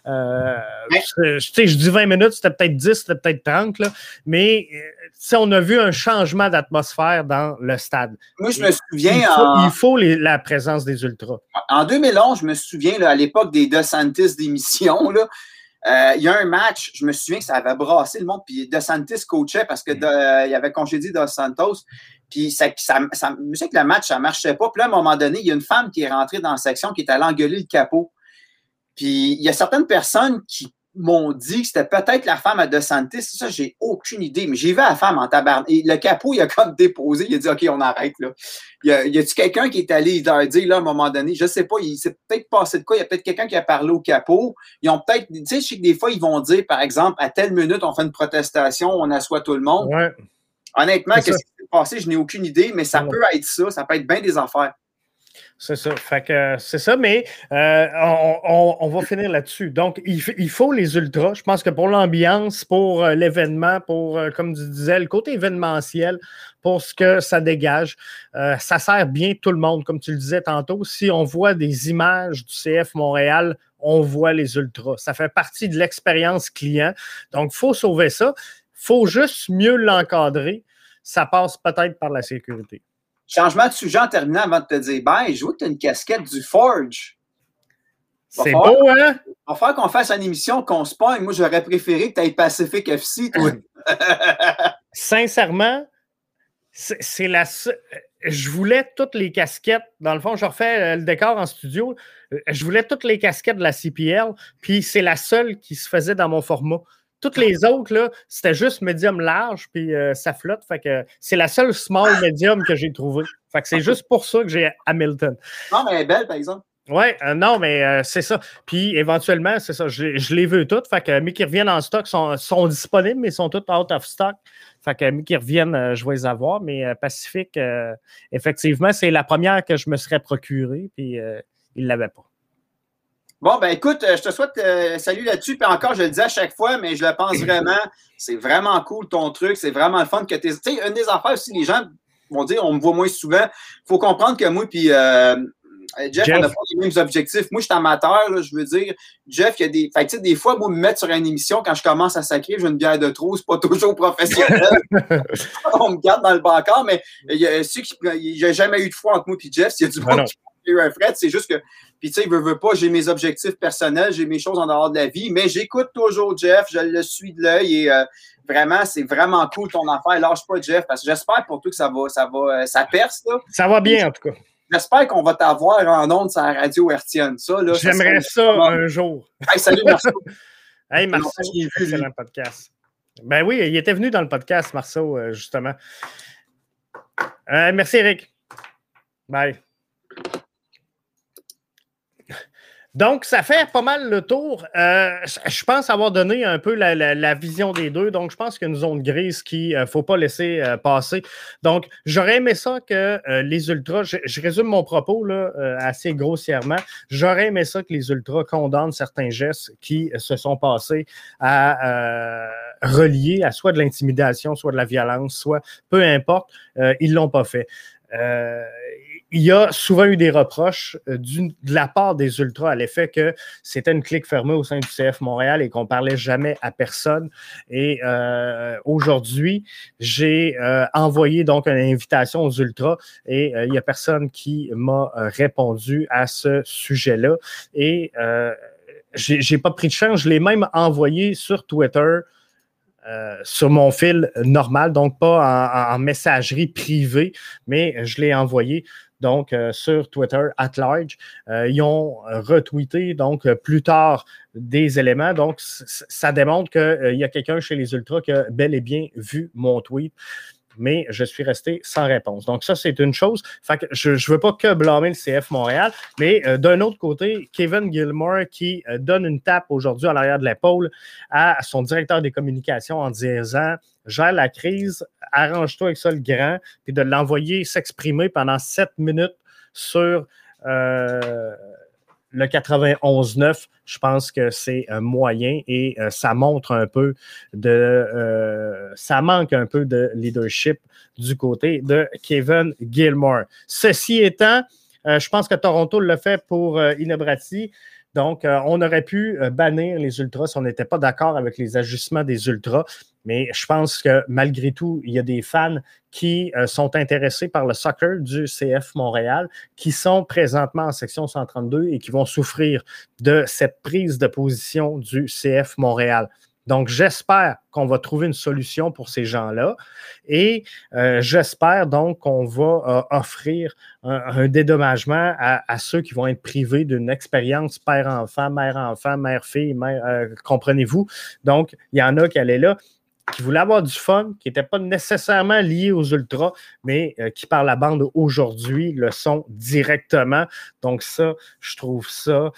Speaker 1: Je dis 20 minutes, c'était peut-être 10, c'était peut-être 30, là, mais on a vu un changement d'atmosphère dans le stade.
Speaker 2: Moi, je me souviens...
Speaker 1: Il faut la présence des Ultras.
Speaker 2: En 2011, je me souviens, là, à l'époque des DeSantis d'émission, il y a un match, je me souviens que ça avait brassé le monde, puis DeSantis coachait parce qu'il avait congédié Dos Santos. Puis je sais que le match, ça ne marchait pas. Puis là, à un moment donné, il y a une femme qui est rentrée dans la section qui est allée engueuler le capot. Puis il y a certaines personnes qui m'ont dit que c'était peut-être la femme à DeSantis. Ça, j'ai aucune idée. Mais j'ai vu la femme en tabarnak. Et le capot, il a comme déposé. Il a dit, OK, on arrête. Là. Y a-tu quelqu'un qui est allé leur dire, là, à un moment donné, je ne sais pas, il s'est peut-être passé de quoi. Il y a peut-être quelqu'un qui a parlé au capot. Ils ont peut-être, tu sais, je sais que des fois, ils vont dire, par exemple, à telle minute, on fait une protestation, on assoit tout le monde.
Speaker 1: Ouais.
Speaker 2: Honnêtement, qu'est-ce qui s'est passé, je n'ai aucune idée, mais ça peut être ça peut être bien des affaires.
Speaker 1: C'est ça. Fait que c'est ça, mais on va finir là-dessus. Donc, il faut les ultras. Je pense que pour l'ambiance, pour l'événement, pour, comme tu disais, le côté événementiel, pour ce que ça dégage, ça sert bien tout le monde, comme tu le disais tantôt. Si on voit des images du CF Montréal, on voit les ultras. Ça fait partie de l'expérience client. Donc, il faut sauver ça. Il faut juste mieux l'encadrer. Ça passe peut-être par la sécurité.
Speaker 2: Changement de sujet en terminant avant de te dire bye, je vois que tu as une casquette du Forge.
Speaker 1: C'est beau, hein?
Speaker 2: Il va falloir qu'on fasse une émission qu'on se pogne. Moi, j'aurais préféré que tu ailles Pacific FC.
Speaker 1: Oui. Sincèrement, c'est la seule. Je voulais toutes les casquettes. Dans le fond, je refais le décor en studio. Je voulais toutes les casquettes de la CPL, puis c'est la seule qui se faisait dans mon format. Toutes les autres, là, c'était juste médium large, puis ça flotte. Fait que c'est la seule small médium que j'ai trouvée. Fait que c'est juste pour ça que j'ai Hamilton.
Speaker 2: Non, mais elle est belle, par exemple.
Speaker 1: Oui, non, mais c'est ça. Puis éventuellement, c'est ça, je les veux toutes. Fait que, mais qui reviennent en stock, sont disponibles, mais sont toutes out of stock. Fait que, mais qui reviennent, je vais les avoir. Mais Pacific, effectivement, c'est la première que je me serais procurée, puis ils ne l'avaient pas.
Speaker 2: Bon, ben écoute, je te souhaite salut là-dessus. Puis encore, je le dis à chaque fois, mais je le pense vraiment. C'est vraiment cool ton truc. C'est vraiment le fun que tu sais, une des affaires aussi, les gens vont dire, on me voit moins souvent. Il faut comprendre que moi, puis Jeff, on n'a pas les mêmes objectifs. Moi, je suis amateur, là, je veux dire. Jeff, il y a des. Fait que, des fois, moi, me mettre sur une émission, quand je commence à sacrer, j'ai une bière de trop, c'est pas toujours professionnel. On me garde dans le bancard, mais il y a ceux qui. Il n'y a jamais eu de foi entre moi et Jeff. S'il y a du monde qui a eu un fret, c'est juste que. Puis, tu sais, veut pas, j'ai mes objectifs personnels, j'ai mes choses en dehors de la vie, mais j'écoute toujours Jeff, je le suis de l'œil et vraiment, c'est vraiment cool ton affaire. Lâche pas, Jeff, parce que j'espère pour toi que ça perce, là.
Speaker 1: Ça va bien, en tout cas.
Speaker 2: J'espère qu'on va t'avoir en ondes sur la radio hertzienne.
Speaker 1: J'aimerais ça un jour.
Speaker 2: Hey, salut, Marceau.
Speaker 1: Hey, Marceau, excellent podcast. Ben oui, il était venu dans le podcast, Marceau, justement. Merci, Eric. Bye. Donc, ça fait pas mal le tour. Je pense avoir donné un peu la vision des deux. Donc, je pense qu'il y a une zone grise qu'il ne faut pas laisser passer. Donc, j'aurais aimé ça que les Ultras, je résume mon propos là, assez grossièrement, j'aurais aimé ça que les Ultras condamnent certains gestes qui se sont passés à relier à soit de l'intimidation, soit de la violence, soit peu importe, ils ne l'ont pas fait. Il y a souvent eu des reproches de la part des Ultras à l'effet que c'était une clique fermée au sein du CF Montréal et qu'on ne parlait jamais à personne. Et aujourd'hui, j'ai envoyé donc une invitation aux Ultras et il n'y a personne qui m'a répondu à ce sujet-là. Et j'ai pas pris de chance, je l'ai même envoyé sur Twitter. Sur mon fil normal, donc pas en messagerie privée, mais je l'ai envoyé donc sur Twitter @large. Ils ont retweeté donc plus tard des éléments. Donc, ça démontre qu'il y a quelqu'un chez les Ultras qui a bel et bien vu mon tweet. Mais je suis resté sans réponse. Donc, ça, c'est une chose. Fait que je ne veux pas que blâmer le CF Montréal, mais d'un autre côté, Kevin Gilmore qui donne une tape aujourd'hui en arrière de l'épaule à son directeur des communications en disant « Gère la crise, arrange-toi avec ça le grand », puis de l'envoyer s'exprimer pendant 7 minutes sur le 91-9, je pense que c'est moyen et ça montre un peu ça manque un peu de leadership du côté de Kevin Gilmore. Ceci étant, je pense que Toronto l'a fait pour Inabrati. Donc, on aurait pu bannir les Ultras si on n'était pas d'accord avec les ajustements des Ultras. Mais je pense que malgré tout, il y a des fans qui sont intéressés par le soccer du CF Montréal, qui sont présentement en section 132 et qui vont souffrir de cette prise de position du CF Montréal. Donc, j'espère qu'on va trouver une solution pour ces gens-là et j'espère donc qu'on va offrir un dédommagement à ceux qui vont être privés d'une expérience père-enfant, mère-enfant, mère-fille, comprenez-vous? Donc, il y en a qui allaient là, qui voulaient avoir du fun, qui n'étaient pas nécessairement liés aux Ultras, mais qui, par la bande aujourd'hui, le sont directement. Donc ça, je trouve ça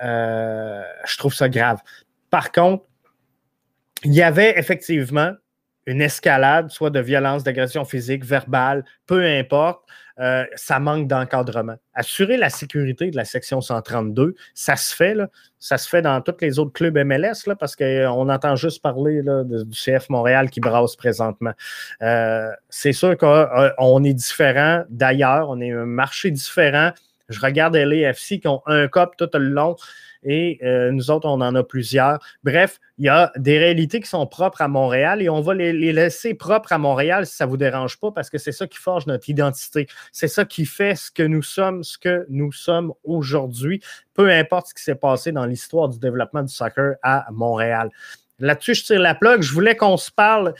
Speaker 1: grave. Par contre, il y avait effectivement une escalade, soit de violence, d'agression physique, verbale, peu importe, ça manque d'encadrement. Assurer la sécurité de la section 132, ça se fait, là. Ça se fait dans tous les autres clubs MLS, là, parce qu'on entend juste parler là, du CF Montréal qui brasse présentement. C'est sûr qu'on est différent d'ailleurs, on est un marché différent. Je regarde LAFC qui ont un cop tout le long. Et nous autres, on en a plusieurs. Bref, il y a des réalités qui sont propres à Montréal et on va les laisser propres à Montréal si ça ne vous dérange pas parce que c'est ça qui forge notre identité. C'est ça qui fait ce que nous sommes aujourd'hui, peu importe ce qui s'est passé dans l'histoire du développement du soccer à Montréal. là-dessus, je tire la plug. Je voulais qu'on se parle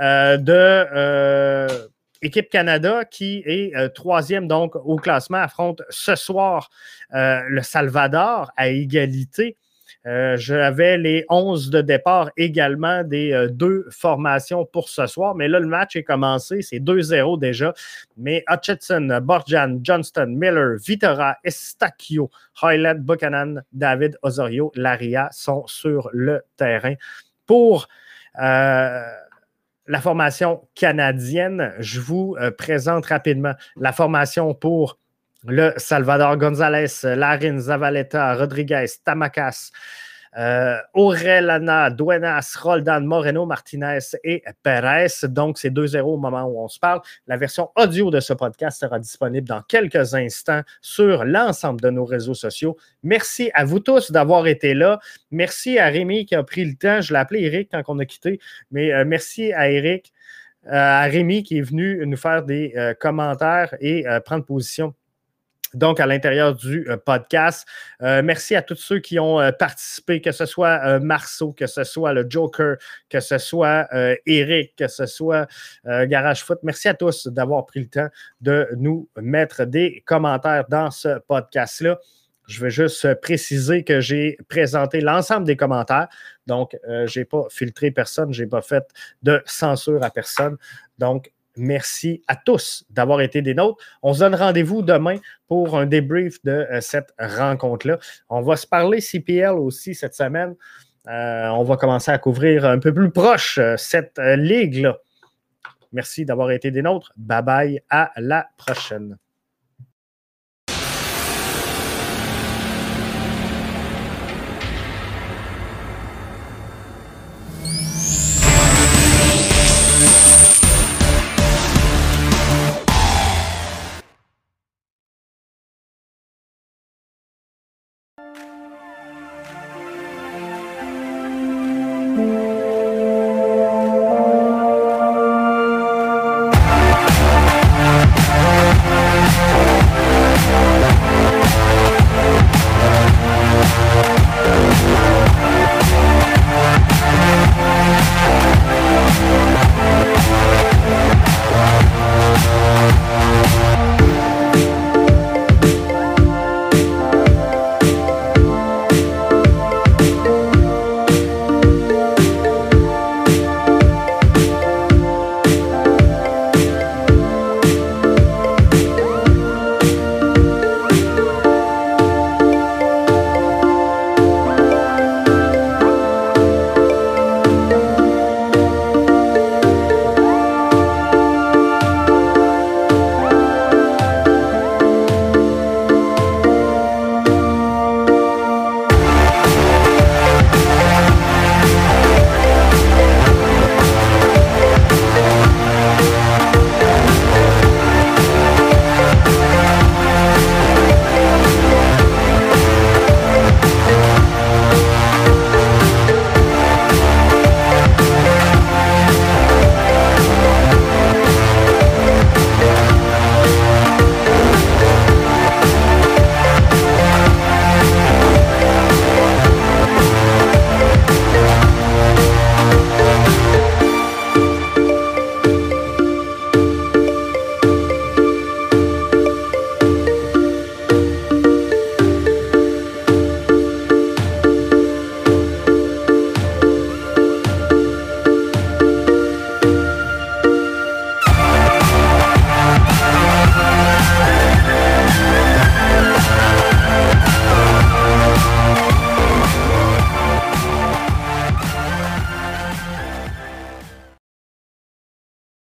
Speaker 1: de Équipe Canada qui est troisième donc au classement, affronte ce soir le Salvador à égalité. J'avais les 11 de départ également des deux formations pour ce soir, mais là, le match est commencé, c'est 2-0 déjà. Mais Hutchinson, Borjan, Johnston, Miller, Vitora, Estaquio, Hoylett, Buchanan, David, Osorio, Laria sont sur le terrain. Pour la formation canadienne, je vous présente rapidement la formation pour le Salvador: Gonzalez, Larin, Zavaleta, Rodriguez, Tamacas, Orellana, Duenas, Roldan, Moreno, Martinez et Perez. Donc, c'est 2-0 au moment où on se parle. La version audio de ce podcast sera disponible dans quelques instants sur l'ensemble de nos réseaux sociaux. Merci à vous tous d'avoir été là. Merci à Rémi qui a pris le temps. Je l'ai appelé Eric quand on a quitté, mais merci à Eric, à Rémi qui est venu nous faire des commentaires et prendre position donc à l'intérieur du podcast. Merci à tous ceux qui ont participé, que ce soit Marceau, que ce soit le Joker, que ce soit Eric, que ce soit Garage Foot. Merci à tous d'avoir pris le temps de nous mettre des commentaires dans ce podcast-là. Je vais juste préciser que j'ai présenté l'ensemble des commentaires. Donc, je n'ai pas filtré personne, je n'ai pas fait de censure à personne. Donc, merci à tous d'avoir été des nôtres. On se donne rendez-vous demain pour un débrief de cette rencontre-là. On va se parler CPL aussi cette semaine. On va commencer à couvrir un peu plus proche cette ligue-là. Merci d'avoir été des nôtres. Bye-bye, à la prochaine.